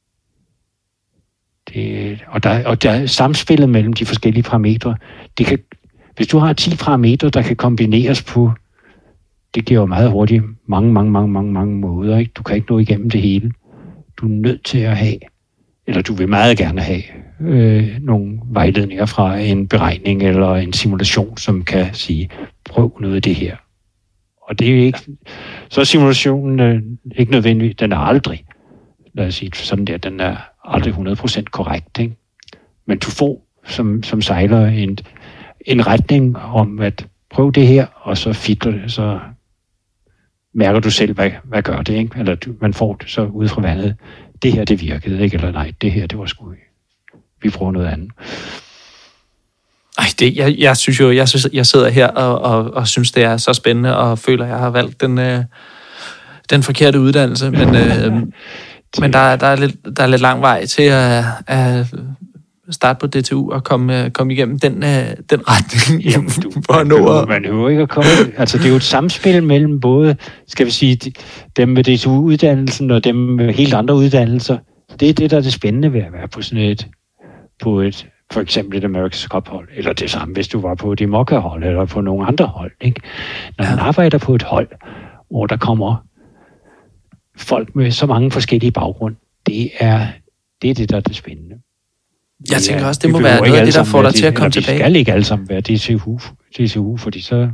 Det, og, der, og der er samspillet mellem de forskellige parametre. Det kan, hvis du har ti parametre, der kan kombineres på, det giver jo meget hurtigt mange, mange, mange, mange, mange måder. Ikke? Du kan ikke nå igennem det hele. Du er nødt til at have, eller du vil meget gerne have, øh, nogle vejledninger fra en beregning eller en simulation, som kan sige, prøv noget af det her. Og det er ikke, så er simulationen øh, ikke nødvendig, den er aldrig, lad os sige sådan der, den er aldrig hundrede procent korrekt, ikke? Men du får som, som sejler en, en retning om, at prøv det her, og så fitler det, så mærker du selv, hvad, hvad gør det, ikke? Eller du, man får det så ude fra vandet, det her, det virkede, ikke? Eller nej, det her, det var sgu, vi prøver noget andet. Ej, det, jeg, jeg synes jo, jeg, synes, jeg sidder her og, og, og synes, det er så spændende, og føler, at jeg har valgt den, øh, den forkerte uddannelse, men, øh, men der, der, er lidt, der er lidt lang vej til at, at starte på D T U og komme, komme igennem den, øh, den retning. Jamen, du, for man, hører, man hører ikke at komme. Altså, det er jo et samspil mellem både, skal vi sige, dem med D T U-uddannelsen og dem med helt andre uddannelser. Det er det, der er det spændende ved at være på sådan et, på et for eksempel et America's Cup-hold, eller det samme, hvis du var på et IMOCA-hold, eller på nogle andre hold, ikke? Når man arbejder på et hold, hvor der kommer folk med så mange forskellige baggrund, det er det, er det der er det spændende. Jeg det tænker også, det må være noget af det, der får dig til at komme tilbage. Vi skal ikke alle sammen være D T U, D T U, fordi så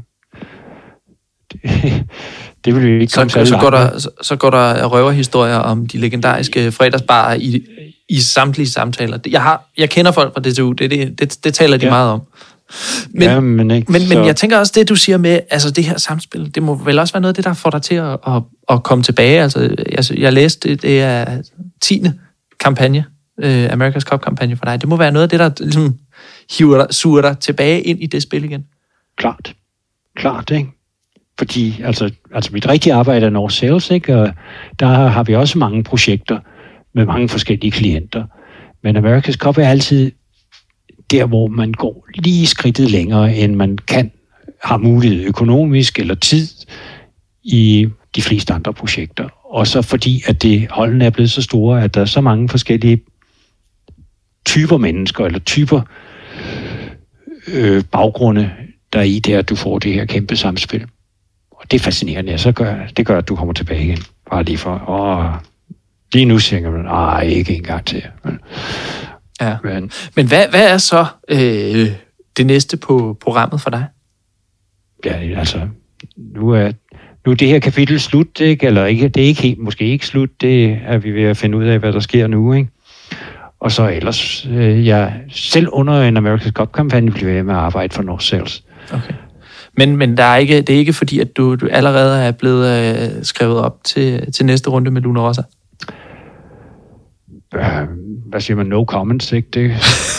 det, det vil vi ikke komme så, så, går der, så, så går der røverhistorier om de legendariske fredagsbarer i, i samtlige samtaler. Jeg, har, jeg kender folk fra D T U, det, det, det, det taler de ja. meget om. Men, ja, men, ikke, men, men jeg tænker også, det du siger med, altså det her samspil, det må vel også være noget af det, der får dig til at, at, at komme tilbage. Altså, jeg, jeg læste, det, det er tiende kampagne, uh, America's Cup-kampagne for dig. Det må være noget af det, der ligesom hiver dig, suger dig tilbage ind i det spil igen. Klart. Klart, ikke? Fordi, altså, altså mit rigtige arbejde er North Sales, ikke? Og der har vi også mange projekter med mange forskellige klienter. Men America's Cup er altid der, hvor man går lige skridtet længere, end man kan, har mulighed økonomisk eller tid i de fleste andre projekter. Og så fordi, at det, holdene er blevet så store, at der er så mange forskellige typer mennesker, eller typer øh, baggrunde, der er i det, at du får det her kæmpe samspil. Og det er fascinerende, så gør, det gør, at du kommer tilbage igen. Bare lige for, åh, lige nu siger man, nej, ikke engang til. Men, ja. men, men hvad, hvad er så øh, det næste på programmet for dig? Ja, altså, nu er, nu er det her kapitel slut, ikke? Eller ikke, det er ikke helt, måske ikke slut, det er vi ved at finde ud af, hvad der sker nu, ikke? Og så ellers, øh, jeg selv under en America's Cup-kampagne bliver jeg med at arbejde for North Sails. Okay. Men, men der er ikke, det er ikke fordi, at du, du allerede er blevet øh, skrevet op til, til næste runde med Luna Rossa? Øh, hvad siger man? No comments, ikke? Det...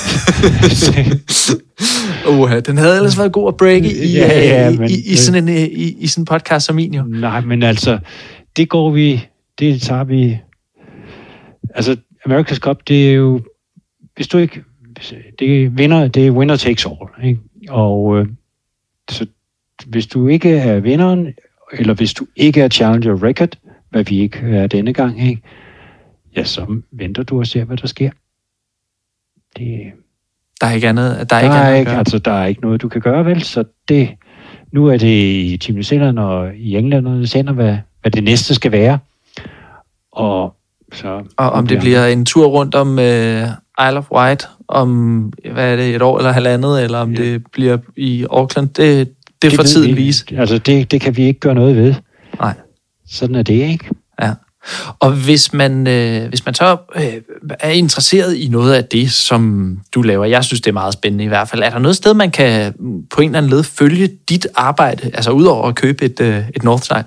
Oha, den havde ellers været god at breake i, ja, ja, men, i, i, sådan en, i, i sådan en podcast som min jo. Nej, men altså, det går vi, det tager vi... Altså, America's Cup, det er jo... Hvis du ikke... Det er vinder, det er winner takes all, ikke? Og øh, så hvis du ikke er vinderen, eller hvis du ikke er challenger record, hvad vi ikke er denne gang, ikke? Ja, så venter du og ser, hvad der sker. Det... Der er ikke andet, der er der ikke, er andet ikke altså der er ikke noget du kan gøre vel, så det nu er det i Team New Zealand og i England og sender hvad hvad det næste skal være. Og så og om det bliver en tur rundt om uh, Isle of Wight om hvad er det et år eller halvandet eller om ja. det bliver i Auckland, det det, det får tiden vise. Altså det det kan vi ikke gøre noget ved. Nej. Sådan er det, ikke? Ja. Og hvis man, øh, hvis man så øh, er interesseret i noget af det, som du laver, jeg synes, det er meget spændende i hvert fald. Er der noget sted, man kan på en eller anden led følge dit arbejde, altså udover at købe et, øh, et Northside?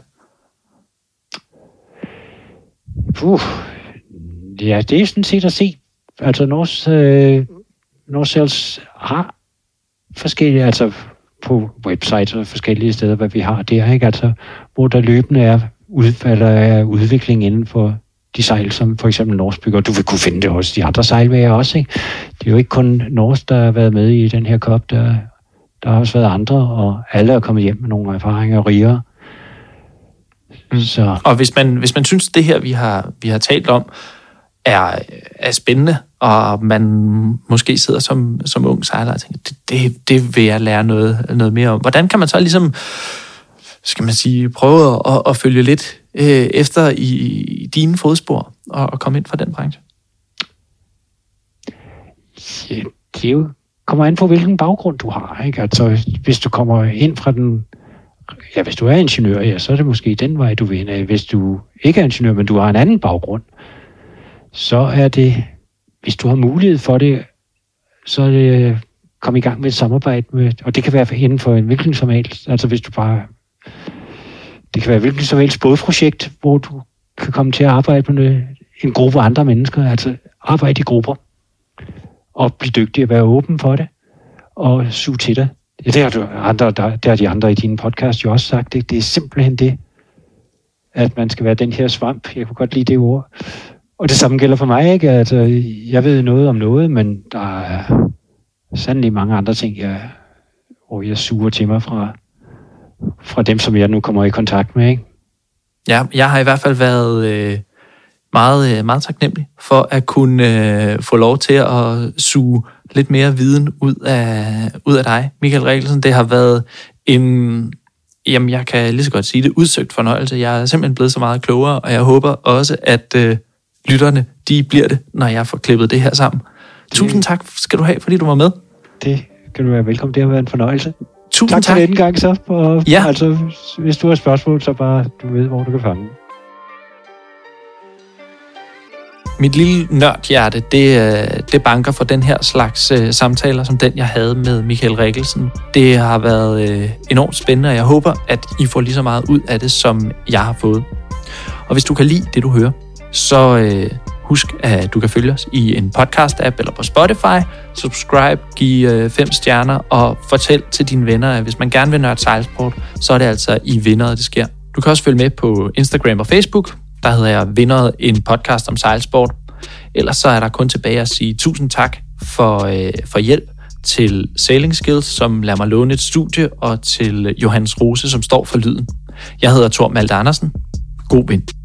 Puh. Ja, det er sådan set at se. Altså North, øh, North Sails har forskellige, altså på websites og forskellige steder, hvad vi har der, ikke? Altså, hvor der løbende er udfalder af udvikling inden for de sejl, som for eksempel Norsk bygger. Du vil kunne finde det hos de andre sejlvæger også, ikke? Det er jo ikke kun Norsk, der har været med i den her cup. Der, der har også været andre, og alle er kommet hjem med nogle erfaringer og rigere. Mm. Så. Og hvis man, hvis man synes, det her, vi har, vi har talt om, er, er spændende, og man måske sidder som, som ung sejler og tænker, det, det, det vil jeg lære noget, noget mere om. Hvordan kan man så ligesom skal man sige, prøve at, at følge lidt øh, efter i, i dine fodspor og, og komme ind fra den branche? Ja, det jo kommer an på, hvilken baggrund du har, ikke? Altså, hvis du kommer ind fra den... Ja, hvis du er ingeniør, ja, så er det måske den vej, du vil ind af. Hvis du ikke er ingeniør, men du har en anden baggrund, så er det... Hvis du har mulighed for det, så er det... Kom i gang med et samarbejde med... Og det kan være inden for en hvilken som helst. Altså, hvis du bare... Det kan være hvilket som helst bådprojekt, hvor du kan komme til at arbejde med en gruppe andre mennesker, altså arbejde i grupper, og blive dygtig og være åben for det, og suge til dig. Ja, det har, du andre, der, det har de andre i dine podcast jo også sagt, det, det er simpelthen det, at man skal være den her svamp. Jeg kunne godt lide det ord. Og det samme gælder for mig, ikke? Altså, jeg ved noget om noget, men der er sandelig mange andre ting, jeg, hvor jeg suger til mig fra fra dem, som jeg nu kommer i kontakt med, ikke? Ja, jeg har i hvert fald været øh, meget, øh, meget taknemmelig for at kunne øh, få lov til at suge lidt mere viden ud af, ud af dig, Michael Regelsen. Det har været en, jamen jeg kan lige så godt sige det, udsøgt fornøjelse. Jeg er simpelthen blevet så meget klogere, og jeg håber også, at øh, lytterne, de bliver det, når jeg får klippet det her sammen. Det... Tusind tak skal du have, fordi du var med. Det kan du være velkommen. Det har været en fornøjelse. Tusind tak. Tak for denne gang så. Og, ja. Altså, hvis du har spørgsmål, så bare, du ved, hvor du kan fange. Mit lille nørdhjerte, det, det banker for den her slags uh, samtaler, som den, jeg havde med Michael Regelsen. Det har været uh, enormt spændende, og jeg håber, at I får lige så meget ud af det, som jeg har fået. Og hvis du kan lide det, du hører, så uh, husk, at du kan følge os i en podcast-app eller på Spotify. Subscribe, giv uh, fem stjerner, og fortæl til dine venner, at hvis man gerne vil nørde sejlsport, så er det altså i Vinderet, det sker. Du kan også følge med på Instagram og Facebook. Der hedder jeg Vinderet, en podcast om sejlsport. Ellers så er der kun tilbage at sige tusind tak for, øh, for hjælp til Sailing Skills, som lader mig låne et studie, og til Johannes Rose, som står for lyden. Jeg hedder Thor Malte Andersen. God vind.